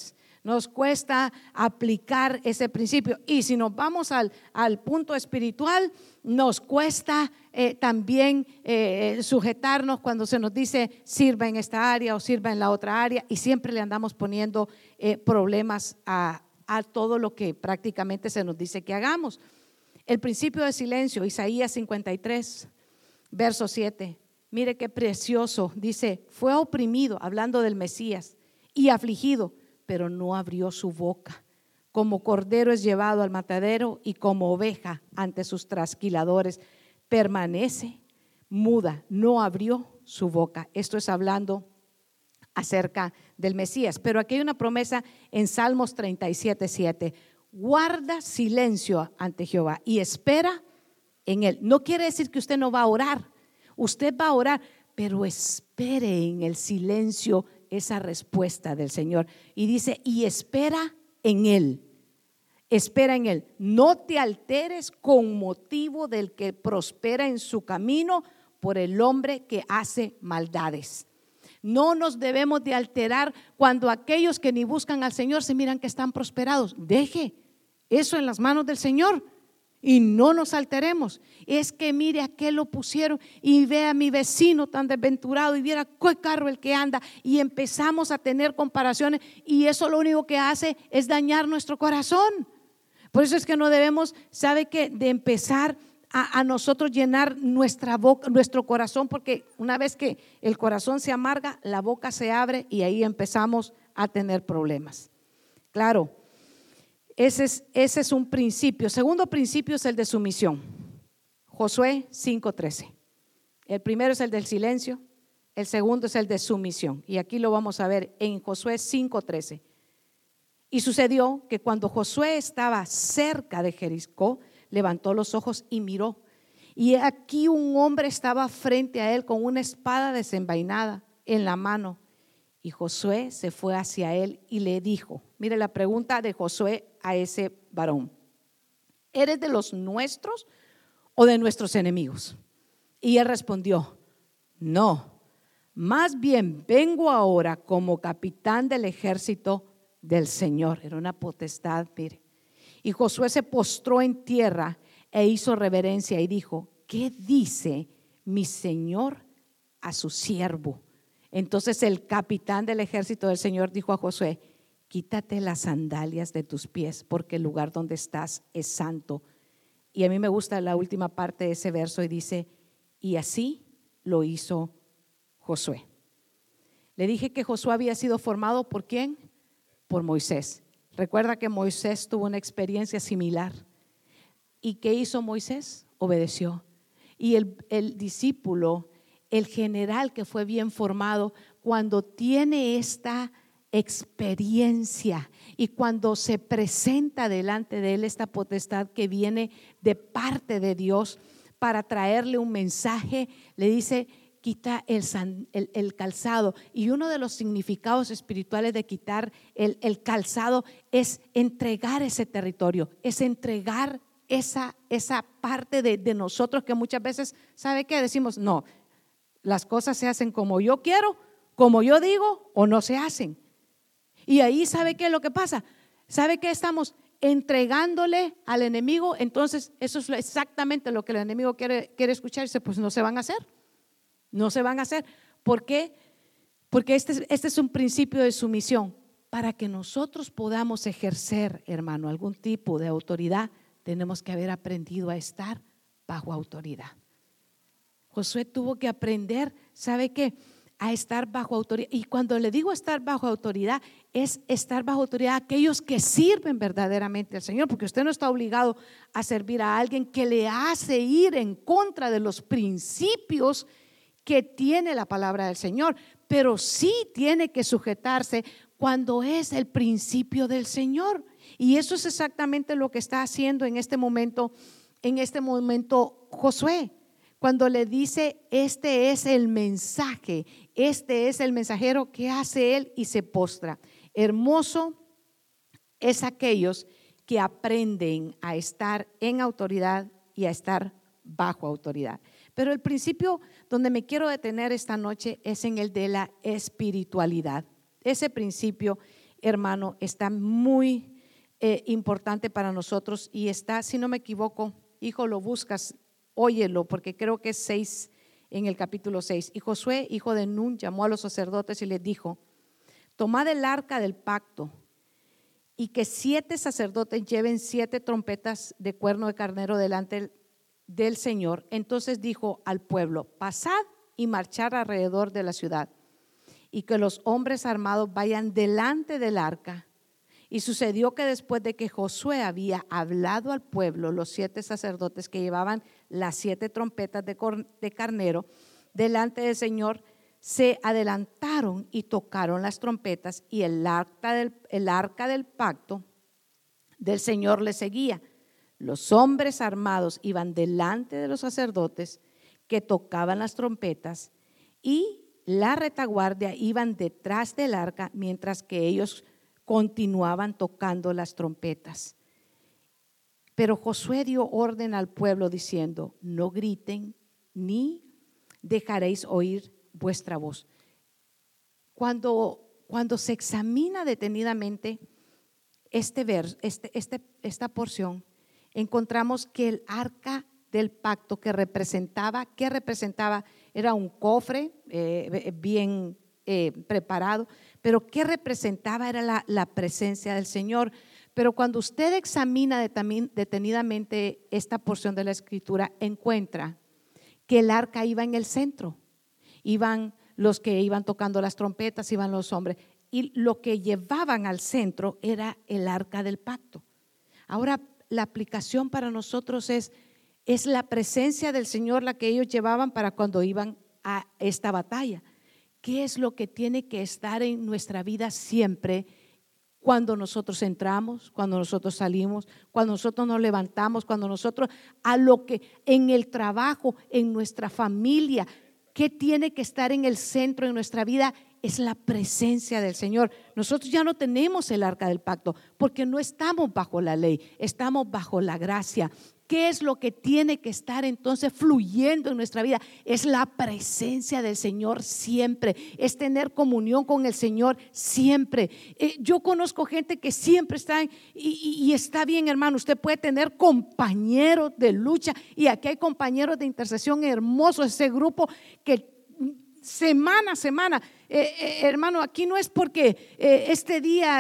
nos cuesta aplicar ese principio. Y si nos vamos al punto espiritual, nos cuesta también sujetarnos cuando se nos dice sirva en esta área o sirva en la otra área, y siempre le andamos poniendo problemas a todo lo que prácticamente se nos dice que hagamos. El principio de silencio, Isaías 53, verso 7. Mire qué precioso, dice, fue oprimido, hablando del Mesías, y afligido, pero no abrió su boca. Como cordero es llevado al matadero y como oveja ante sus trasquiladores, permanece muda, no abrió su boca. Esto es hablando acerca del Mesías. Pero aquí hay una promesa en Salmos 37:7. Guarda silencio ante Jehová y espera en él. No quiere decir que usted no va a orar. Usted va a orar, pero espere en el silencio esa respuesta del Señor. Y dice, y espera en él. Espera en él. No te alteres con motivo del que prospera en su camino por el hombre que hace maldades. No nos debemos de alterar cuando aquellos que ni buscan al Señor se miran que están prosperados. Deje eso en las manos del Señor y no nos alteremos. Es que mire, a qué lo pusieron y ve a mi vecino tan desventurado y viera qué carro el que anda, y empezamos a tener comparaciones, y eso lo único que hace es dañar nuestro corazón. Por eso es que no debemos, ¿sabe qué? De empezar a nosotros llenar nuestra boca, nuestro corazón, porque una vez que el corazón se amarga, la boca se abre y ahí empezamos a tener problemas. Claro, ese es un principio. Segundo principio es el de sumisión. Josué 5:13. El primero es el del silencio, el segundo es el de sumisión. Y aquí lo vamos a ver en Josué 5:13. Y sucedió que cuando Josué estaba cerca de Jericó, levantó los ojos y miró. Y aquí un hombre estaba frente a él con una espada desenvainada en la mano. Y Josué se fue hacia él y le dijo, mire la pregunta de Josué a ese varón: ¿eres de los nuestros o de nuestros enemigos? Y él respondió, no, más bien vengo ahora como capitán del ejército del Señor. Era una potestad, mire. Y Josué se postró en tierra e hizo reverencia y dijo, ¿qué dice mi Señor a su siervo? Entonces el capitán del ejército del Señor dijo a Josué, quítate las sandalias de tus pies, porque el lugar donde estás es santo. Y a mí me gusta la última parte de ese verso y dice, y así lo hizo Josué. Le dije que Josué había sido formado ¿por quién? Por Moisés. Recuerda que Moisés tuvo una experiencia similar. ¿Y qué hizo Moisés? Obedeció. Y el discípulo, el general que fue bien formado, cuando tiene esta experiencia y cuando se presenta delante de él esta potestad que viene de parte de Dios para traerle un mensaje, le dice, quita el calzado. Y uno de los significados espirituales de quitar el calzado es entregar ese territorio, es entregar esa parte de nosotros que muchas veces, ¿sabe qué? Decimos, no, las cosas se hacen como yo quiero, como yo digo, o no se hacen. Y ahí, ¿sabe qué es lo que pasa? ¿Sabe qué? Estamos entregándole al enemigo. Entonces eso es exactamente lo que el enemigo quiere escuchar. Y dice, pues no se van a hacer. No se van a hacer. ¿Por qué? Porque este es un principio de sumisión. Para que nosotros podamos ejercer, hermano, algún tipo de autoridad, tenemos que haber aprendido a estar bajo autoridad. Josué tuvo que aprender, ¿sabe qué? A estar bajo autoridad. Y cuando le digo estar bajo autoridad, es estar bajo autoridad a aquellos que sirven verdaderamente al Señor, porque usted no está obligado a servir a alguien que le hace ir en contra de los principios que tiene la palabra del Señor, pero sí tiene que sujetarse cuando es el principio del Señor. Y eso es exactamente lo que está haciendo en este momento Josué. Cuando le dice, este es el mensaje, este es el mensajero, que hace él y se postra. Hermoso es aquellos que aprenden a estar en autoridad y a estar bajo autoridad. Pero el principio donde me quiero detener esta noche es en el de la espiritualidad. Ese principio hermano, está muy importante para nosotros y está, si no me equivoco, hijo, lo buscas, óyelo, porque creo que es 6 en el capítulo 6. Y Josué, hijo de Nun, llamó a los sacerdotes y les dijo: tomad el arca del pacto y que 7 sacerdotes lleven 7 trompetas de cuerno de carnero delante del Señor. Entonces dijo al pueblo: pasad y marchad alrededor de la ciudad, y que los hombres armados vayan delante del arca. Y sucedió que después de que Josué había hablado al pueblo, los 7 sacerdotes que llevaban las 7 trompetas de carnero delante del Señor se adelantaron y tocaron las trompetas, y el arca del pacto del Señor le seguía. Los hombres armados iban delante de los sacerdotes que tocaban las trompetas, y la retaguardia iban detrás del arca mientras que ellos continuaban tocando las trompetas. Pero Josué dio orden al pueblo diciendo: no griten ni dejaréis oír vuestra voz. Cuando se examina detenidamente esta porción, encontramos que el arca del pacto ¿qué representaba? Era un cofre bien preparado, pero ¿qué representaba? Era la presencia del Señor. Pero cuando usted examina detenidamente esta porción de la Escritura, encuentra que el arca iba en el centro. Iban los que iban tocando las trompetas, iban los hombres, y lo que llevaban al centro era el arca del pacto. Ahora, la aplicación para nosotros es la presencia del Señor la que ellos llevaban para cuando iban a esta batalla. ¿Qué es lo que tiene que estar en nuestra vida siempre? Cuando nosotros entramos, cuando nosotros salimos, cuando nosotros nos levantamos, cuando nosotros en el trabajo, en nuestra familia, ¿qué tiene que estar en el centro de nuestra vida? Es la presencia del Señor. Nosotros ya no tenemos el arca del pacto porque no estamos bajo la ley, estamos bajo la gracia. ¿Qué es lo que tiene que estar entonces fluyendo en nuestra vida? Es la presencia del Señor siempre, es tener comunión con el Señor siempre. Yo conozco gente que siempre está y está bien, hermano, usted puede tener compañeros de lucha, y aquí hay compañeros de intercesión hermosos, ese grupo que semana a semana, hermano, aquí no es porque este día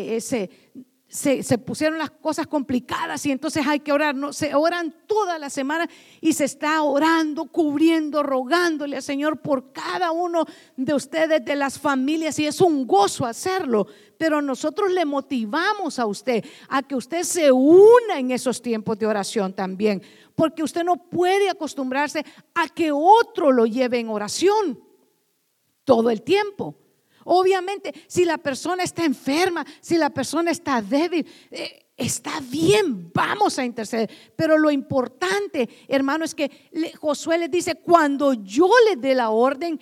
se pusieron las cosas complicadas y entonces hay que orar. No, se oran toda la semana y se está orando, cubriendo, rogándole al Señor por cada uno de ustedes, de las familias, y es un gozo hacerlo. Pero nosotros le motivamos a usted a que usted se una en esos tiempos de oración también, porque usted no puede acostumbrarse a que otro lo lleve en oración todo el tiempo. Obviamente, si la persona está enferma, si la persona está débil, está bien, vamos a interceder. Pero lo importante, hermano, es que Josué les dice: cuando yo les dé la orden,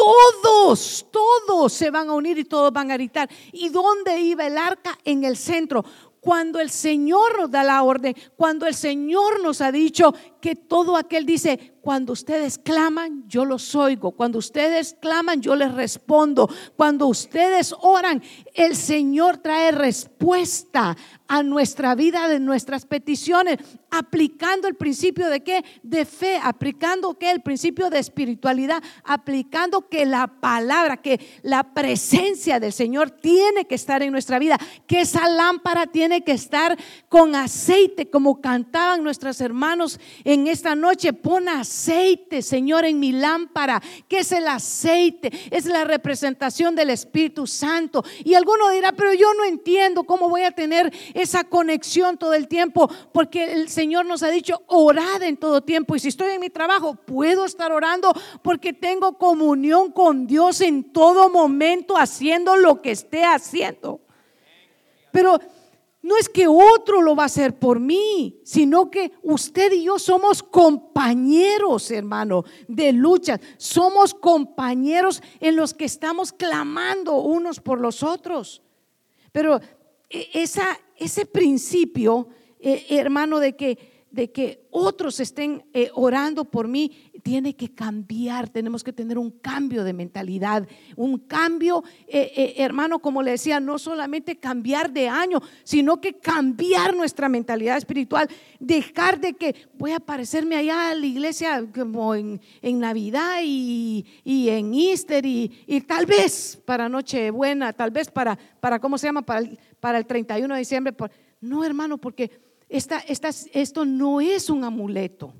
todos se van a unir y todos van a gritar. ¿Y dónde iba el arca? En el centro. Cuando el Señor nos da la orden, cuando el Señor nos ha dicho que todo aquel dice: cuando ustedes claman, yo los oigo. Cuando ustedes claman, yo les respondo. Cuando ustedes oran, el Señor trae respuesta a nuestra vida, de nuestras peticiones, aplicando el principio de ¿qué? De fe, aplicando ¿qué? El principio de espiritualidad, aplicando que la palabra, que la presencia del Señor tiene que estar en nuestra vida, que esa lámpara tiene que estar con aceite, como cantaban nuestros hermanos en esta noche. Pon aceite, Señor, en mi lámpara. ¿Qué es el aceite? Es la representación del Espíritu Santo. Y alguno dirá: pero yo no entiendo cómo voy a tener esa conexión todo el tiempo, porque el Señor nos ha dicho: orad en todo tiempo. Y si estoy en mi trabajo, puedo estar orando porque tengo comunión con Dios en todo momento, haciendo lo que esté haciendo. Pero no es que otro lo va a hacer por mí, sino que usted y yo somos compañeros, hermano, de lucha. Somos compañeros en los que estamos clamando unos por los otros. Pero ese principio, hermano, de que de que otros estén orando por mí, tiene que cambiar. Tenemos que tener un cambio de mentalidad, un cambio, hermano, como le decía, no solamente cambiar de año, sino que cambiar nuestra mentalidad espiritual, dejar de que voy a parecerme allá a la iglesia como en Navidad y en Easter y tal vez para Nochebuena, tal vez para ¿cómo se llama? Para el 31 de diciembre. No, hermano, porque esto no es un amuleto,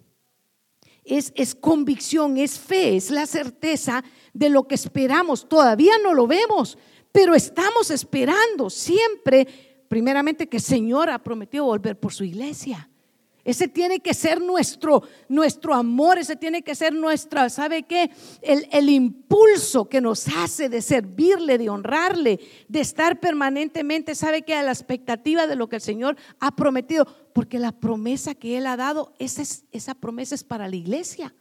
es convicción, es fe, es la certeza de lo que esperamos. Todavía no lo vemos, pero estamos esperando siempre, primeramente, que el Señor ha prometido volver por su iglesia. Ese tiene que ser nuestro amor, ese tiene que ser nuestra, ¿sabe qué? El impulso que nos hace de servirle, de honrarle, de estar permanentemente, ¿sabe qué? A la expectativa de lo que el Señor ha prometido, porque la promesa que Él ha dado, esa promesa es para la iglesia.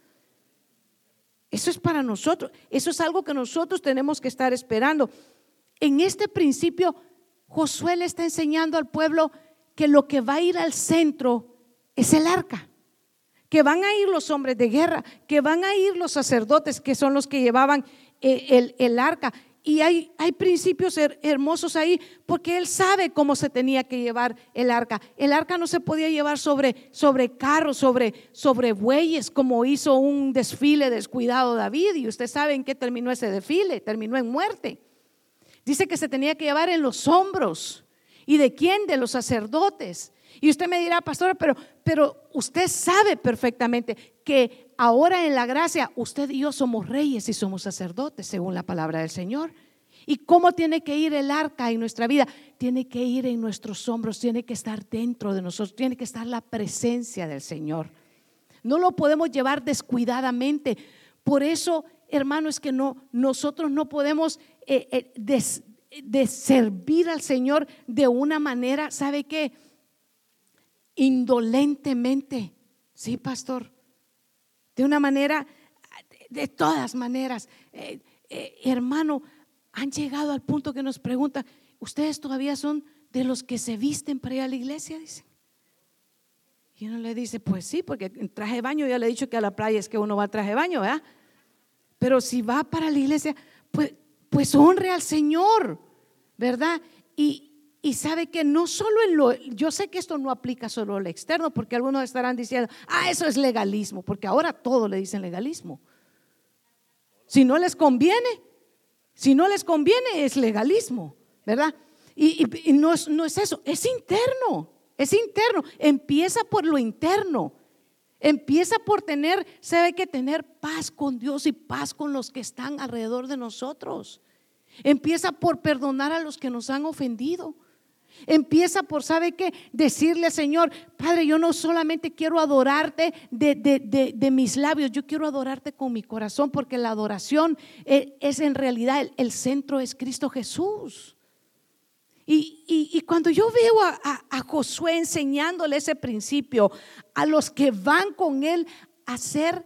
Eso es para nosotros, eso es algo que nosotros tenemos que estar esperando. En este principio, Josué le está enseñando al pueblo que lo que va a ir al centro es el arca, que van a ir los hombres de guerra, que van a ir los sacerdotes, que son los que llevaban el arca. Y hay principios hermosos ahí, porque él sabe cómo se tenía que llevar el arca. El arca no se podía llevar sobre carros, sobre bueyes, como hizo un desfile descuidado David. Y usted sabe en qué terminó ese desfile, terminó en muerte. Dice que se tenía que llevar en los hombros. ¿Y de quién? De los sacerdotes. Y usted me dirá, pastora, pero usted sabe perfectamente que ahora en la gracia usted y yo somos reyes y somos sacerdotes según la palabra del Señor. ¿Y cómo tiene que ir el arca en nuestra vida? Tiene que ir en nuestros hombros, tiene que estar dentro de nosotros, tiene que estar la presencia del Señor. No lo podemos llevar descuidadamente. Por eso, hermano, es que nosotros no podemos de servir al Señor de una manera, ¿sabe qué? Indolentemente. Sí, pastor, de una manera, de todas maneras, hermano, han llegado al punto que nos preguntan, ¿ustedes todavía son de los que se visten para ir a la iglesia? Dicen. Y uno le dice, pues sí, porque en traje de baño, ya le he dicho que a la playa es que uno va a traje de baño, ¿verdad? Pero si va para la iglesia, pues honre al Señor, ¿verdad? Y sabe que no solo yo sé que esto no aplica solo al externo, porque algunos estarán diciendo, eso es legalismo, porque ahora todo le dicen legalismo. Si no les conviene es legalismo, ¿verdad? Y no es eso, es interno. Empieza por lo interno. Empieza por sabe que tener paz con Dios y paz con los que están alrededor de nosotros. Empieza por perdonar a los que nos han ofendido. Empieza por, ¿sabe qué? Decirle, Señor, Padre, yo no solamente quiero adorarte de mis labios, yo quiero adorarte con mi corazón, porque la adoración es en realidad el centro es Cristo Jesús. Y cuando yo veo a Josué enseñándole ese principio a los que van con él a hacer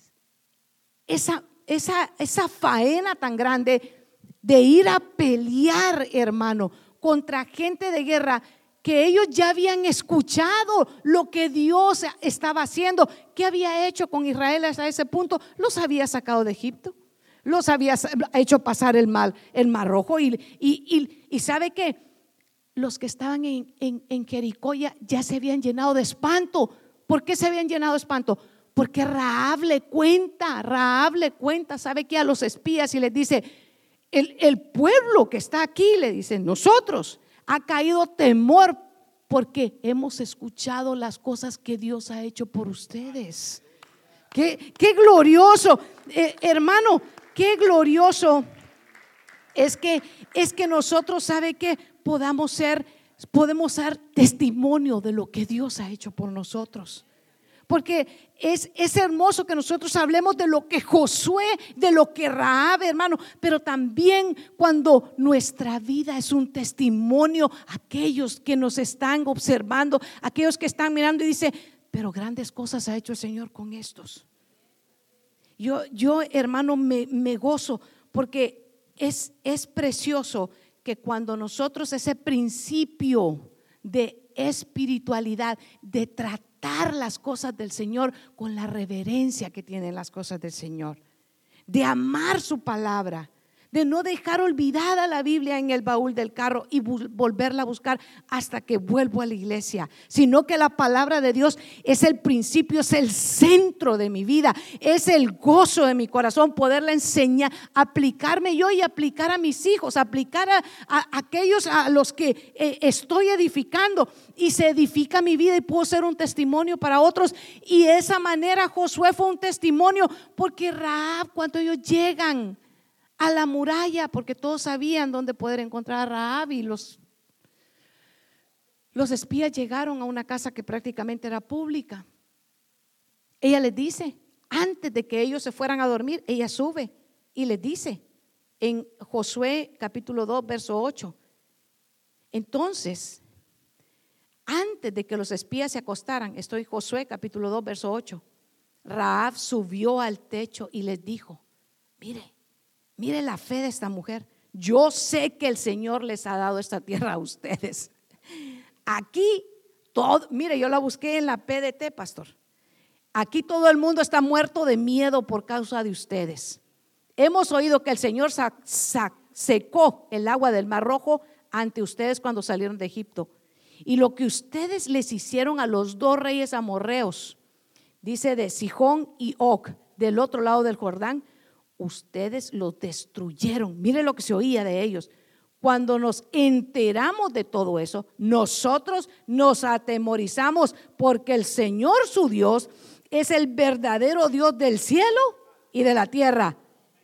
esa faena tan grande de ir a pelear, hermano, contra gente de guerra, que ellos ya habían escuchado lo que Dios estaba haciendo. ¿Qué había hecho con Israel hasta ese punto? Los había sacado de Egipto, los había hecho pasar el Mar Rojo y ¿sabe qué? Los que estaban en Jericó ya se habían llenado de espanto. ¿Por qué se habían llenado de espanto? Porque Rahab le cuenta, ¿sabe qué? A los espías y les dice, el pueblo que está aquí, le dicen, nosotros, ha caído temor porque hemos escuchado las cosas que Dios ha hecho por ustedes. Qué glorioso, hermano, qué glorioso es que nosotros, ¿sabe qué? Podemos dar testimonio de lo que Dios ha hecho por nosotros. Porque es hermoso que nosotros hablemos de lo que Josué, de lo que Rahab, hermano, pero también cuando nuestra vida es un testimonio, aquellos que nos están observando, aquellos que están mirando y dicen, pero grandes cosas ha hecho el Señor con estos. Yo hermano, me gozo porque es precioso que cuando nosotros ese principio de espiritualidad, de tratar las cosas del Señor con la reverencia que tienen las cosas del Señor, de amar su palabra, de no dejar olvidada la Biblia en el baúl del carro y volverla a buscar hasta que vuelvo a la iglesia, sino que la palabra de Dios es el principio, es el centro de mi vida, es el gozo de mi corazón, poderla enseñar, aplicarme yo y aplicar a mis hijos, aplicar a aquellos a los que estoy edificando, y se edifica mi vida y puedo ser un testimonio para otros. Y de esa manera Josué fue un testimonio, porque Rahab, cuando ellos llegan a la muralla, porque todos sabían dónde poder encontrar a Rahab, y los espías llegaron a una casa que prácticamente era pública. Ella les dice, antes de que ellos se fueran a dormir, ella sube y les dice en Josué capítulo 2 verso 8: entonces, antes de que los espías se acostaran, estoy Josué capítulo 2 verso 8, Rahab subió al techo y les dijo: Mire la fe de esta mujer. Yo sé que el Señor les ha dado esta tierra a ustedes. Aquí todo, mire, yo la busqué en la PDT, pastor. Aquí todo el mundo está muerto de miedo por causa de ustedes. Hemos oído que el Señor secó el agua del Mar Rojo ante ustedes cuando salieron de Egipto. Y lo que ustedes les hicieron a los 2 reyes amorreos, dice, de Sihón y Og, del otro lado del Jordán, ustedes los destruyeron. Mire lo que se oía de ellos. Cuando nos enteramos de todo eso, nosotros nos atemorizamos, porque el Señor su Dios es el verdadero Dios del cielo y de la tierra.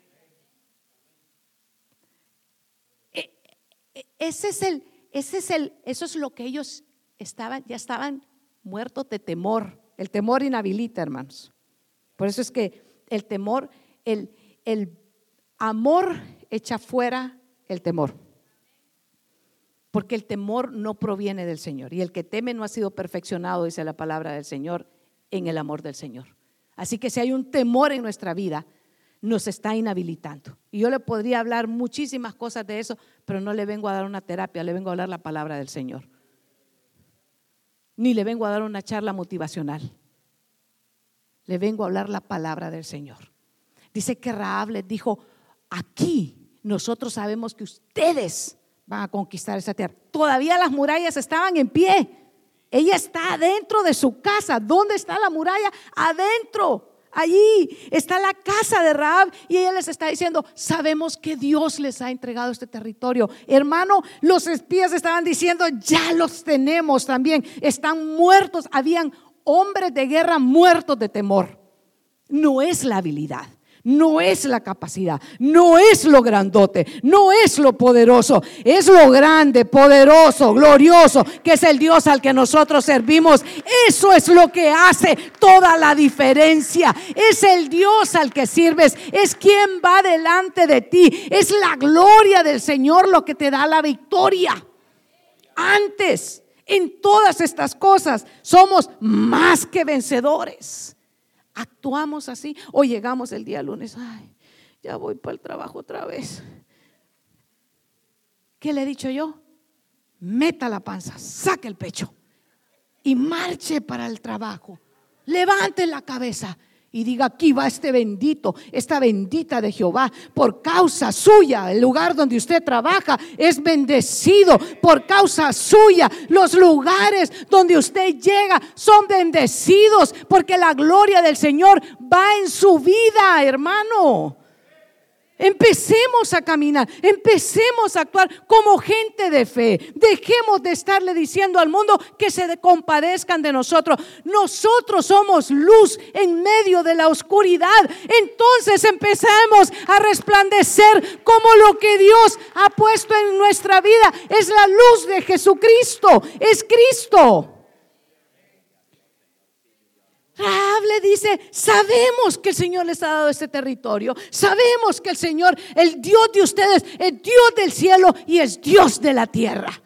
Eso es lo que ellos ya estaban muertos de temor. El temor inhabilita, hermanos. Por eso es que el temor, el amor echa fuera el temor, porque el temor no proviene del Señor, y el que teme no ha sido perfeccionado, dice la palabra del Señor, en el amor del Señor. Así que si hay un temor en nuestra vida, nos está inhabilitando. Y yo le podría hablar muchísimas cosas de eso, pero no le vengo a dar una terapia, le vengo a hablar la palabra del Señor, ni le vengo a dar una charla motivacional, le vengo a hablar la palabra del Señor. Dice que Rahab les dijo: aquí nosotros sabemos que ustedes van a conquistar esa tierra. Todavía las murallas estaban en pie. Ella está adentro de su casa. ¿Dónde está la muralla? Adentro. Allí está la casa de Rahab, y ella les está diciendo: sabemos que Dios les ha entregado este territorio. Hermano, los espías estaban diciendo: ya los tenemos también. Están muertos. Habían hombres de guerra muertos de temor. No es la habilidad, no es la capacidad, no es lo grandote, no es lo poderoso, es lo grande, poderoso, glorioso, que es el Dios al que nosotros servimos. Eso es lo que hace toda la diferencia. Es el Dios al que sirves, es quien va delante de ti, es la gloria del Señor lo que te da la victoria. Antes, en todas estas cosas, somos más que vencedores. Actuamos así, o llegamos el día lunes: ay, ya voy para el trabajo otra vez. ¿Qué le he dicho yo? Meta la panza, saque el pecho y marche para el trabajo. Levante la cabeza y diga: aquí va este bendito, esta bendita de Jehová. Por causa suya, el lugar donde usted trabaja es bendecido. Por causa suya, los lugares donde usted llega son bendecidos, porque la gloria del Señor va en su vida, hermano. Empecemos a caminar, empecemos a actuar como gente de fe. Dejemos de estarle diciendo al mundo que se compadezcan de nosotros. Nosotros somos luz en medio de la oscuridad. Entonces empecemos a resplandecer como lo que Dios ha puesto en nuestra vida. Es la luz de Jesucristo, es Cristo. Rahab le dice: sabemos que el Señor les ha dado este territorio, sabemos que el Señor, el Dios de ustedes, es Dios del cielo y es Dios de la tierra.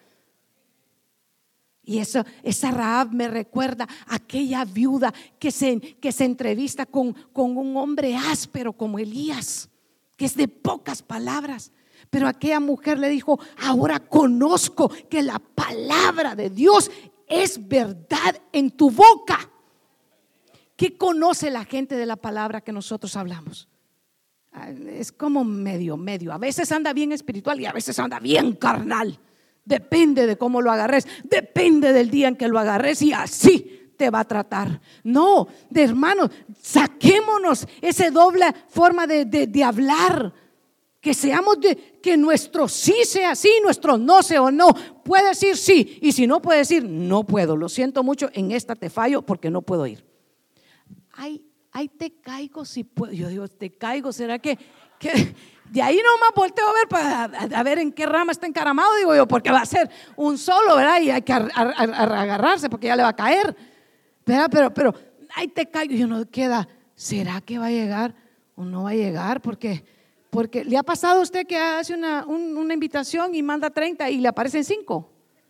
Y esa Rahab me recuerda a aquella viuda que se entrevista con un hombre áspero como Elías, que es de pocas palabras. Pero aquella mujer le dijo: ahora conozco que la palabra de Dios es verdad en tu boca. ¿Qué conoce la gente de la palabra que nosotros hablamos? Es como medio. A veces anda bien espiritual y a veces anda bien carnal. Depende de cómo lo agarres, depende del día en que lo agarres, y así te va a tratar. No, de hermanos, saquémonos esa doble forma de hablar. Que seamos que nuestro sí sea sí, nuestro no sea no. Puede decir sí, y si no puede decir no puedo, lo siento mucho, en esta te fallo porque no puedo ir. Ay, te caigo si puedo. Yo digo, te caigo, ¿será que de ahí nomás volteo a ver para ver en qué rama está encaramado? Digo yo, porque va a ser un solo, ¿verdad? Y hay que agarrarse porque ya le va a caer, ¿verdad? Pero ahí te caigo y uno queda, ¿será que va a llegar o no va a llegar? Porque le ha pasado a usted que hace una invitación y manda 30 y le aparecen 5.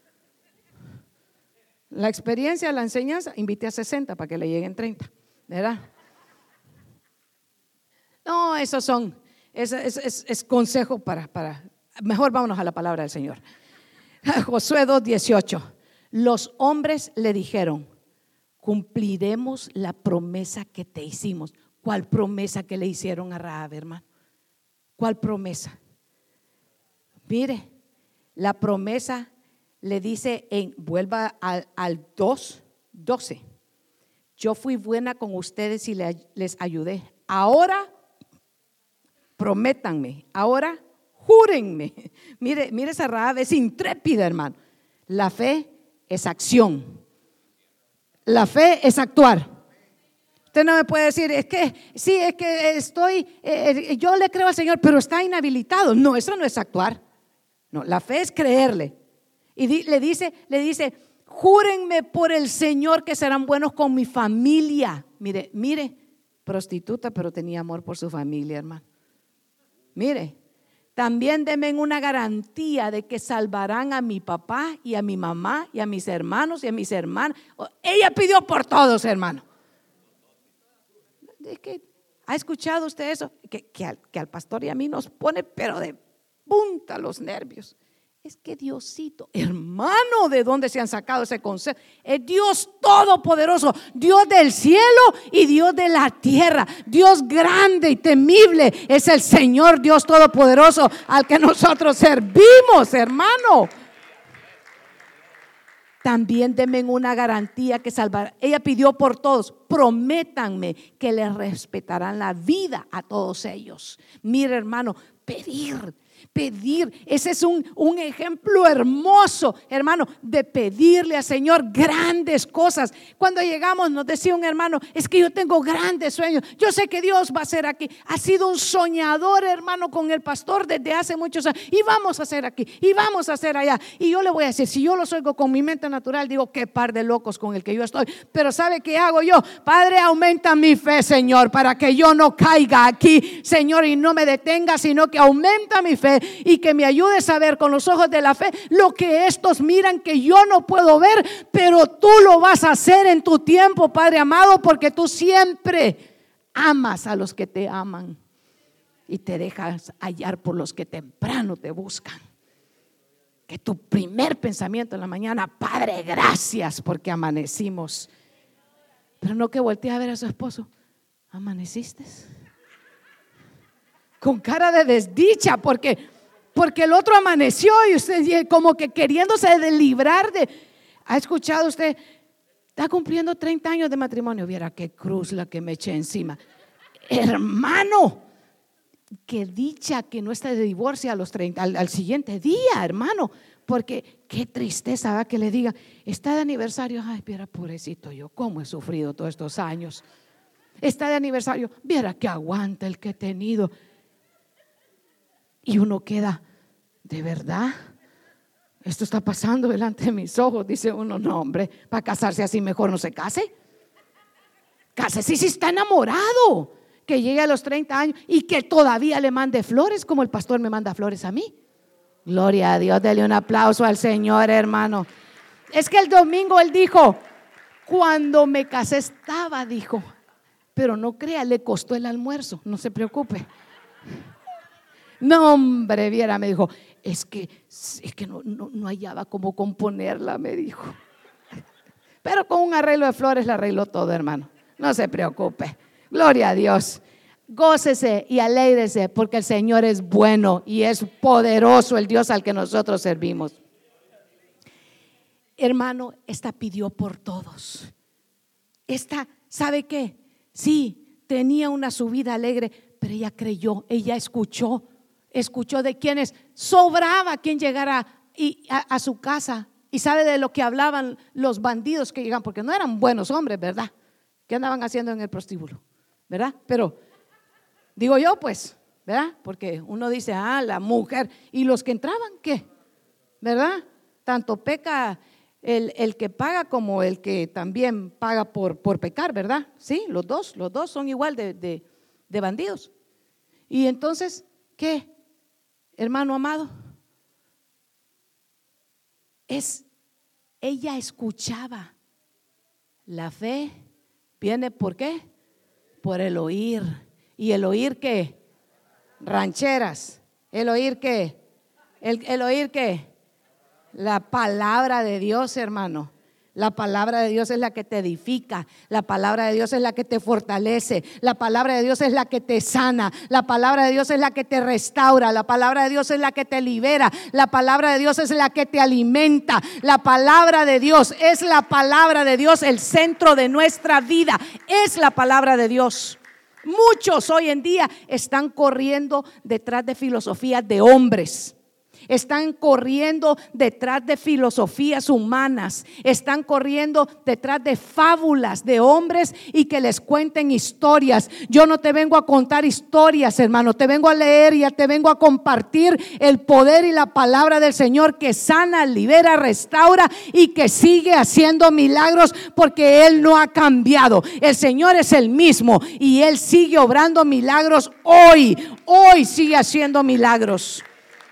La experiencia, la enseñanza, invite a 60 para que le lleguen 30, ¿verdad? No, esos son, es consejo para, mejor vámonos a la palabra del Señor. Josué 2:18. Los hombres le dijeron, cumpliremos la promesa que te hicimos. ¿Cuál promesa que le hicieron a Rahab, hermano? ¿Cuál promesa? Mire, la promesa le dice vuelva al 2:12. Yo fui buena con ustedes y les ayudé. Ahora prométanme, ahora júrenme. Mire esa Rahab es intrépida, hermano. La fe es acción. La fe es actuar. Usted no me puede decir, es que sí, es que yo le creo al Señor, pero está inhabilitado. No, eso no es actuar. No, la fe es creerle. Y le dice, júrenme por el Señor que serán buenos con mi familia. Mire, prostituta, pero tenía amor por su familia, hermano. Mire, también denme una garantía de que salvarán a mi papá y a mi mamá y a mis hermanos y a mis hermanas. Ella pidió por todos, hermano. ¿Ha escuchado usted eso? Que al pastor y a mí nos pone pero de punta los nervios. Es que Diosito, hermano, ¿de dónde se han sacado ese concepto? Es Dios todopoderoso, Dios del cielo y Dios de la tierra, Dios grande y temible. Es el Señor Dios todopoderoso al que nosotros servimos, hermano. También denme una garantía que salvará. Ella pidió por todos, prométanme que les respetarán la vida a todos ellos. Mire, hermano, pedir, ese es un ejemplo hermoso, hermano, de pedirle al Señor grandes cosas. Cuando llegamos nos decía un hermano, es que yo tengo grandes sueños, yo sé que Dios va a hacer aquí. Ha sido un soñador, hermano, con el pastor desde hace muchos años, y vamos a hacer aquí, y vamos a hacer allá. Y yo le voy a decir, si yo los oigo con mi mente natural, digo, qué par de locos con el que yo estoy. Pero ¿sabe qué hago yo? Padre, aumenta mi fe, Señor, para que yo no caiga aquí, Señor, y no me detenga, sino que aumenta mi fe y que me ayudes a ver con los ojos de la fe lo que estos miran que yo no puedo ver, pero tú lo vas a hacer en tu tiempo, Padre amado, porque tú siempre amas a los que te aman y te dejas hallar por los que temprano te buscan. Que tu primer pensamiento en la mañana, Padre, gracias porque amanecimos. Pero no que voltee a ver a su esposo, ¿amaneciste? Con cara de desdicha porque el otro amaneció y usted como que queriéndose librar de. ¿Ha escuchado usted? Está cumpliendo 30 años de matrimonio. Viera qué cruz la que me eché encima. Hermano, qué dicha que no esté de divorcio a los 30, al siguiente día, hermano. Porque qué tristeza, ¿va? Que le diga, está de aniversario. Ay, viera, pobrecito yo, cómo he sufrido todos estos años. Está de aniversario, viera que aguanta el que he tenido. Y uno queda, ¿de verdad? Esto está pasando delante de mis ojos. Dice uno, no, hombre, para casarse así mejor no se case. Cásese si está enamorado. Que llegue a los 30 años y que todavía le mande flores como el pastor me manda flores a mí. Gloria a Dios, dele un aplauso al Señor, hermano. Es que el domingo él dijo, cuando me casé estaba, dijo, pero no crea, le costó el almuerzo, no se preocupe. No, hombre, viera, me dijo, es que no hallaba cómo componerla, me dijo. Pero con un arreglo de flores le arregló todo, hermano. No se preocupe. Gloria a Dios. Gócese y alégrese porque el Señor es bueno y es poderoso el Dios al que nosotros servimos. Hermano, esta pidió por todos. Esta, ¿sabe qué? Sí, tenía una subida alegre, pero ella creyó, ella escuchó de quienes sobraba quien llegara a su casa. Y sabe de lo que hablaban los bandidos que llegan, porque no eran buenos hombres, ¿verdad? ¿Qué andaban haciendo en el prostíbulo? ¿Verdad? Pero digo yo, pues, ¿verdad? Porque uno dice, la mujer. ¿Y los que entraban qué? ¿Verdad? Tanto peca el que paga como el que también paga por pecar, ¿verdad? Sí, los dos son igual de bandidos. Y entonces, ¿qué? Hermano amado, ella escuchaba. La fe viene ¿por qué? Por el oír. ¿Y el oír qué? Rancheras. ¿El oír qué? ¿El oír qué? La palabra de Dios, hermano. La palabra de Dios es la que te edifica. La palabra de Dios es la que te fortalece. La palabra de Dios es la que te sana. La palabra de Dios es la que te restaura. La palabra de Dios es la que te libera. La palabra de Dios es la que te alimenta. La palabra de Dios es la palabra de Dios, el centro de nuestra vida. Es la palabra de Dios. Muchos hoy en día están corriendo detrás de filosofías de hombres. Están corriendo detrás de filosofías humanas. Están corriendo detrás de fábulas de hombres y que les cuenten historias. Yo no te vengo a contar historias, hermano. Te vengo a leer y te vengo a compartir el poder y la palabra del Señor que sana, libera, restaura y que sigue haciendo milagros porque Él no ha cambiado. El Señor es el mismo y Él sigue obrando milagros hoy. Hoy sigue haciendo milagros.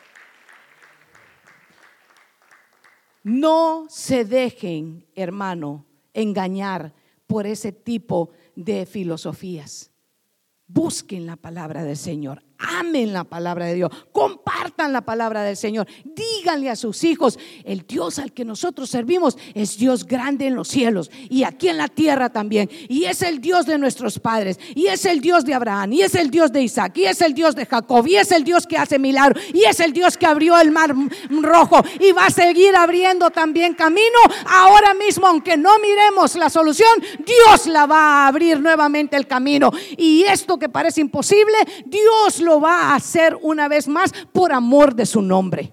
No se dejen, hermano, engañar por ese tipo de filosofías. Busquen la palabra del Señor. Amen la palabra de Dios, compartan la palabra del Señor, díganle a sus hijos: el Dios al que nosotros servimos es Dios grande en los cielos y aquí en la tierra también, y es el Dios de nuestros padres, y es el Dios de Abraham, y es el Dios de Isaac, y es el Dios de Jacob, y es el Dios que hace milagros, y es el Dios que abrió el mar rojo y va a seguir abriendo también camino. Ahora mismo, aunque no miremos la solución, Dios la va a abrir nuevamente el camino, y esto que parece imposible, Dios lo va a hacer una vez más por amor de su nombre.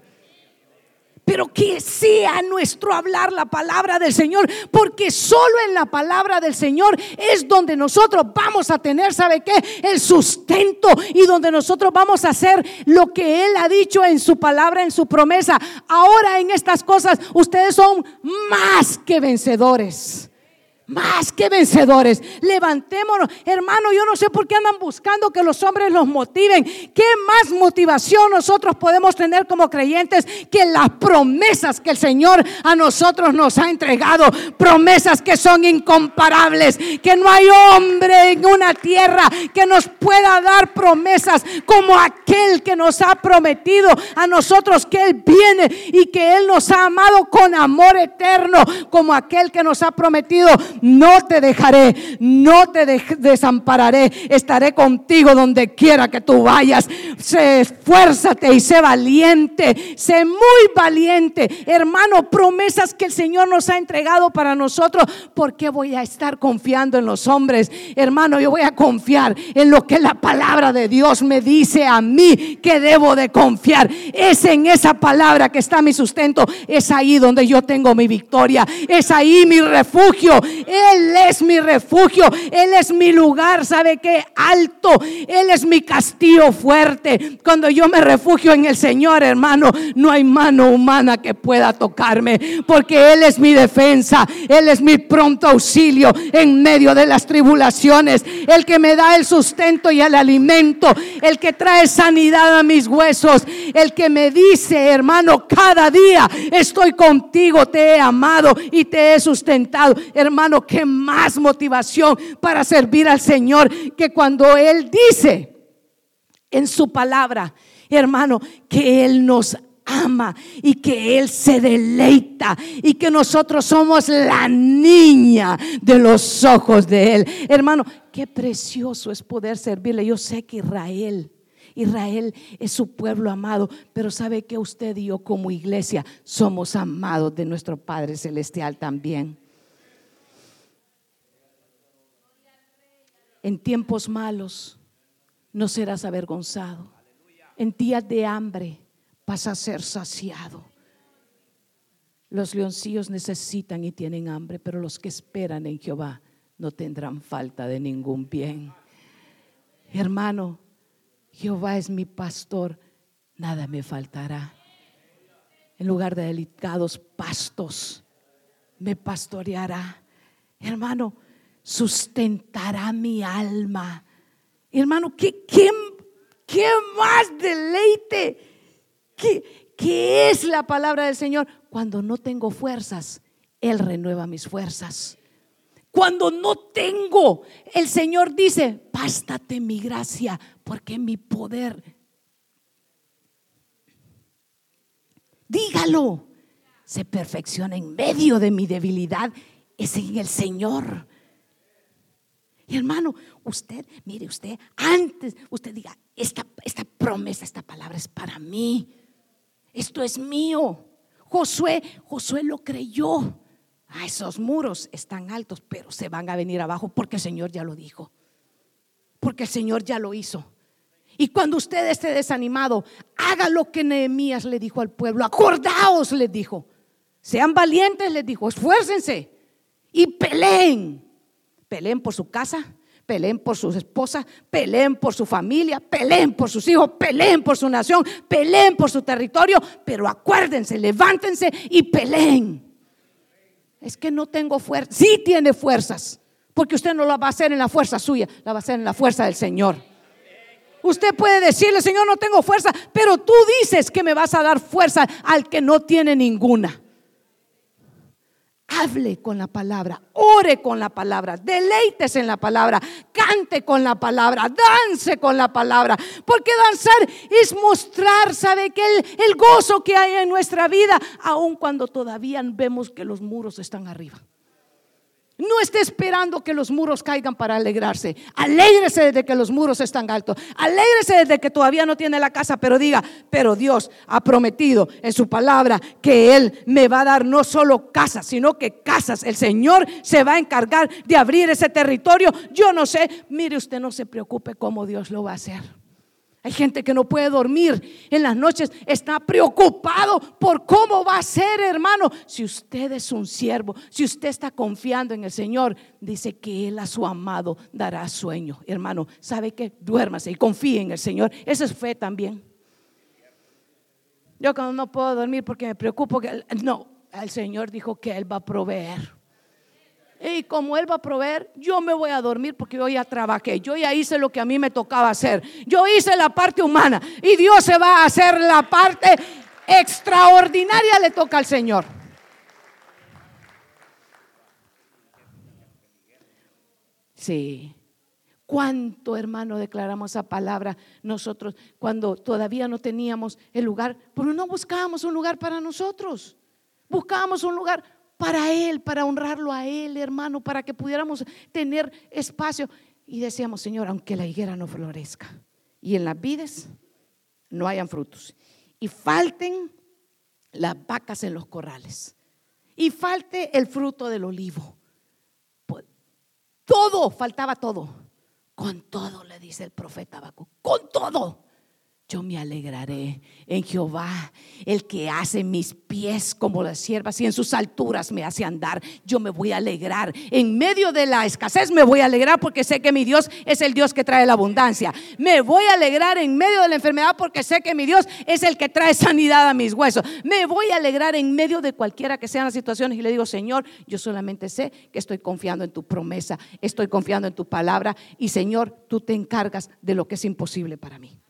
Pero que sea nuestro hablar la palabra del Señor, porque solo en la palabra del Señor es donde nosotros vamos a tener, ¿sabe qué? El sustento, y donde nosotros vamos a hacer lo que Él ha dicho en su palabra, en su promesa. Ahora en estas cosas ustedes son más que vencedores. Más que vencedores. Levantémonos, hermano. Yo no sé por qué andan buscando que los hombres los motiven. ¿Qué más motivación nosotros podemos tener como creyentes que las promesas que el Señor a nosotros nos ha entregado? Promesas que son incomparables, que no hay hombre en una tierra que nos pueda dar promesas como aquel que nos ha prometido a nosotros que Él viene y que Él nos ha amado con amor eterno, como aquel que nos ha prometido: no te dejaré, no te desampararé, estaré contigo donde quiera que tú vayas. Esfuérzate y sé valiente, sé muy valiente, hermano. Promesas que el Señor nos ha entregado para nosotros. ¿Por qué voy a estar confiando en los hombres, hermano? Yo voy a confiar en lo que la palabra de Dios me dice a mí que debo de confiar. Es en esa palabra que está mi sustento. Es ahí donde yo tengo mi victoria. Es ahí mi refugio. Él es mi refugio, Él es mi lugar, ¿sabe qué? Alto. Él es mi castillo fuerte. Cuando yo me refugio en el Señor, hermano, no hay mano humana que pueda tocarme, porque Él es mi defensa, Él es mi pronto auxilio en medio de las tribulaciones, el que me da el sustento y el alimento, el que trae sanidad a mis huesos, el que me dice: hermano, cada día estoy contigo, te he amado y te he sustentado. Hermano, qué más motivación para servir al Señor que cuando Él dice en su palabra, hermano, que Él nos ama y que Él se deleita y que nosotros somos la niña de los ojos de Él. Hermano, qué precioso es poder servirle. Yo sé que Israel es su pueblo amado, pero sabe que usted y yo como iglesia somos amados de nuestro Padre Celestial también. En tiempos malos no serás avergonzado. En días de hambre vas a ser saciado. Los leoncillos necesitan y tienen hambre, pero los que esperan en Jehová no tendrán falta de ningún bien. Hermano, Jehová es mi pastor, nada me faltará. En lugar de delicados pastos me pastoreará. Hermano, sustentará mi alma. Hermano, ¿qué más deleite? ¿Qué es la palabra del Señor? Cuando no tengo fuerzas, Él renueva mis fuerzas. Cuando no tengo, el Señor dice: bástate mi gracia, porque mi poder, dígalo, se perfecciona en medio de mi debilidad. Es en el Señor. Y hermano, usted, mire usted, antes usted diga: esta promesa, esta palabra es para mí. Esto es mío. Josué lo creyó. Esos muros están altos, pero se van a venir abajo porque el Señor ya lo dijo. Porque el Señor ya lo hizo. Y cuando usted esté desanimado, haga lo que Nehemías le dijo al pueblo. Acordaos, les dijo. Sean valientes, les dijo. Esfuércense y peleen. Peleen por su casa, peleen por sus esposas, peleen por su familia, peleen por sus hijos, peleen por su nación, peleen por su territorio. Pero acuérdense, levántense y peleen. Es que no tengo fuerza. Sí tiene fuerzas, porque usted no la va a hacer en la fuerza suya, la va a hacer en la fuerza del Señor. Usted puede decirle: Señor, no tengo fuerza, pero tú dices que me vas a dar fuerza al que no tiene ninguna. Hable con la palabra, ore con la palabra, deleítese en la palabra, cante con la palabra, dance con la palabra. Porque danzar es mostrar, sabe, que el gozo que hay en nuestra vida, aun cuando todavía vemos que los muros están arriba. No esté esperando que los muros caigan para alegrarse. Alégrese desde que los muros están altos. Alégrese desde que todavía no tiene la casa, pero diga: pero Dios ha prometido en su palabra que Él me va a dar no solo casas, sino que casas. El Señor se va a encargar de abrir ese territorio. Yo no sé, mire, usted no se preocupe cómo Dios lo va a hacer. Hay gente que no puede dormir en las noches, está preocupado por cómo va a ser, hermano. Si usted es un siervo, si usted está confiando en el Señor, dice que Él a su amado dará sueño. Hermano, ¿sabe qué? Duérmase y confíe en el Señor. Esa es fe también. Yo cuando no puedo dormir porque me preocupo, no, el Señor dijo que Él va a proveer. Y como Él va a proveer, yo me voy a dormir porque yo ya trabajé, yo ya hice lo que a mí me tocaba hacer. Yo hice la parte humana y Dios se va a hacer la parte extraordinaria, le toca al Señor. Sí. ¿Cuánto, hermano, declaramos esa palabra nosotros cuando todavía no teníamos el lugar? Pero no buscábamos un lugar para nosotros, buscábamos un lugar para Él, para honrarlo a Él, hermano, para que pudiéramos tener espacio. Y decíamos: Señor, aunque la higuera no florezca y en las vides no hayan frutos, y falten las vacas en los corrales, y falte el fruto del olivo, todo, faltaba todo. Con todo, le dice el profeta Habacuc, con todo yo me alegraré en Jehová, el que hace mis pies como las siervas y en sus alturas me hace andar. Yo me voy a alegrar en medio de la escasez, me voy a alegrar porque sé que mi Dios es el Dios que trae la abundancia. Me voy a alegrar en medio de la enfermedad porque sé que mi Dios es el que trae sanidad a mis huesos. Me voy a alegrar en medio de cualquiera que sean las situaciones y le digo: Señor, yo solamente sé que estoy confiando en tu promesa, estoy confiando en tu palabra, y Señor, tú te encargas de lo que es imposible para mí.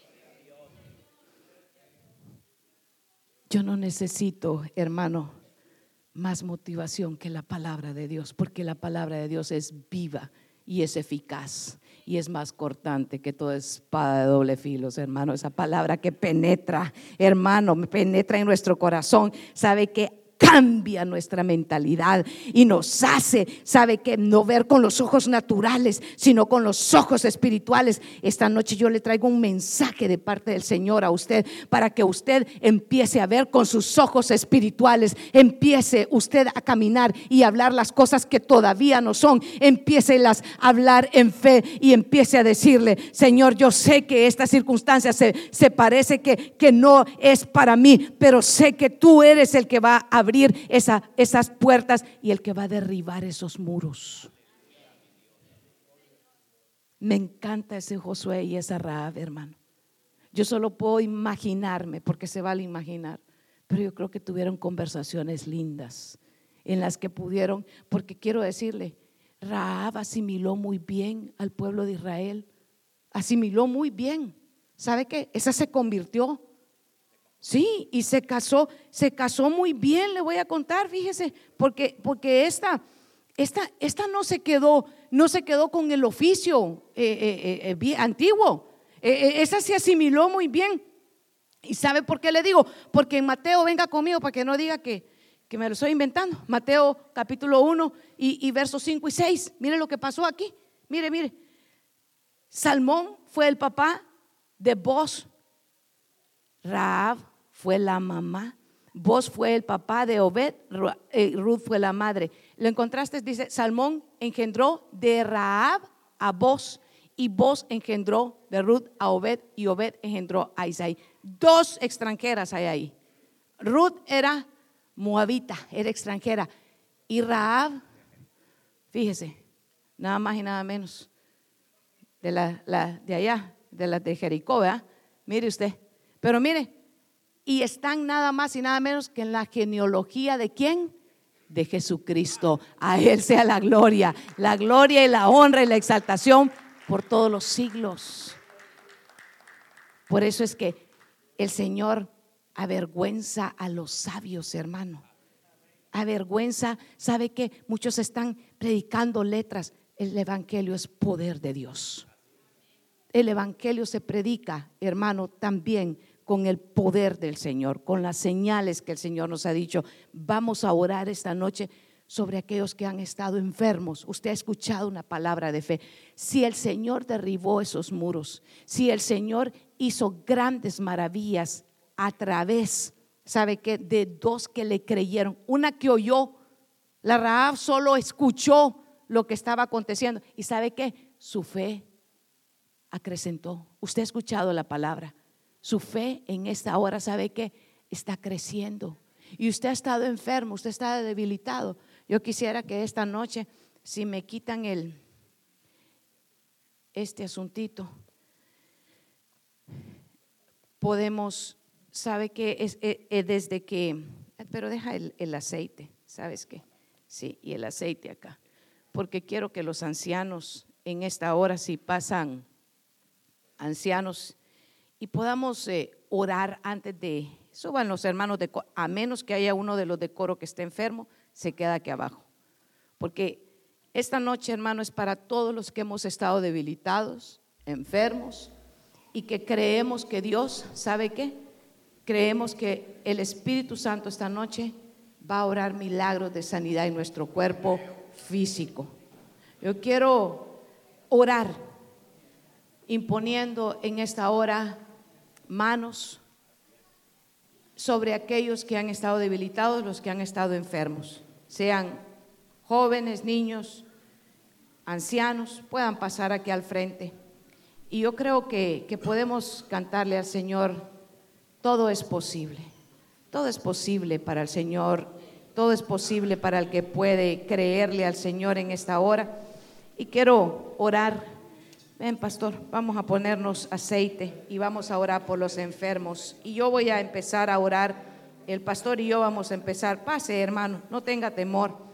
Yo no necesito, hermano, más motivación que la palabra de Dios, porque la palabra de Dios es viva y es eficaz y es más cortante que toda espada de doble filo, hermano. Esa palabra que penetra, hermano, penetra en nuestro corazón. Sabe que cambia nuestra mentalidad y nos hace, sabe que no ver con los ojos naturales, sino con los ojos espirituales. Esta noche yo le traigo un mensaje de parte del Señor a usted, para que usted empiece a ver con sus ojos espirituales, empiece usted a caminar y hablar las cosas que todavía no son, empiece a hablar en fe y empiece a decirle: Señor, yo sé que esta circunstancia se parece que no es para mí, pero sé que tú eres el que va a abrir esas puertas y el que va a derribar esos muros. Me encanta ese Josué y esa Rahab, hermano. Yo solo puedo imaginarme, porque se vale imaginar, pero yo creo que tuvieron conversaciones lindas en las que pudieron, porque quiero decirle, Rahab asimiló muy bien al pueblo de Israel, asimiló muy bien. ¿Sabe qué? Esa se convirtió. Sí, y se casó muy bien, le voy a contar, fíjese, porque esta no se quedó con el oficio antiguo. Esa se asimiló muy bien. ¿Y sabe por qué le digo? Porque en Mateo, venga conmigo para que no diga que me lo estoy inventando. Mateo capítulo 1 y versos 5 y 6. Mire lo que pasó aquí. Mire. Salmón fue el papá de Boz. Rahab fue la mamá. Boz fue el papá de Obed. Ruth fue la madre. ¿Lo encontraste? Dice: Salmón engendró de Rahab a Boz, y Boz engendró de Ruth a Obed, y Obed engendró a Isaí. 2 extranjeras hay ahí. Ruth era moabita, era extranjera, y Rahab, fíjese, nada más y nada menos de de allá, de la de Jericó, ¿verdad? Mire usted. Pero mire, y están nada más y nada menos que en la genealogía de ¿quién? De Jesucristo. A Él sea la gloria y la honra y la exaltación por todos los siglos. Por eso es que el Señor avergüenza a los sabios, hermano. Avergüenza. ¿Sabe qué? Muchos están predicando letras. El evangelio es poder de Dios. El evangelio se predica, hermano, también con el poder del Señor, con las señales que el Señor nos ha dicho. Vamos a orar esta noche sobre aquellos que han estado enfermos. Usted ha escuchado una palabra de fe. Si el Señor derribó esos muros, si el Señor hizo grandes maravillas a través, ¿sabe qué? De 2 que le creyeron. Una que oyó, la Rahab solo escuchó lo que estaba aconteciendo, y ¿sabe qué? Su fe acrecentó. Usted ha escuchado la palabra. Su fe en esta hora, ¿sabe qué? Está creciendo. Y usted ha estado enfermo, usted está debilitado. Yo quisiera que esta noche, si me quitan este asuntito, podemos, ¿sabe qué? Desde que, pero deja el aceite, ¿sabes qué? Sí, y el aceite acá, porque quiero que los ancianos en esta hora, si pasan ancianos, y podamos orar antes de, suban los hermanos de coro, a menos que haya uno de los de coro que esté enfermo, se queda aquí abajo, porque esta noche, hermano, es para todos los que hemos estado debilitados, enfermos, y que creemos que Dios, ¿sabe qué? Creemos que el Espíritu Santo esta noche va a orar milagros de sanidad en nuestro cuerpo físico. Yo quiero orar imponiendo en esta hora manos sobre aquellos que han estado debilitados, los que han estado enfermos, sean jóvenes, niños, ancianos, puedan pasar aquí al frente. Y yo creo que podemos cantarle al Señor: todo es posible. Todo es posible para el Señor, todo es posible para el que puede creerle al Señor en esta hora. Y quiero orar. Ven, pastor, vamos a ponernos aceite y vamos a orar por los enfermos. Y yo voy a empezar a orar, el pastor y yo vamos a empezar. Pase, hermano, no tenga temor.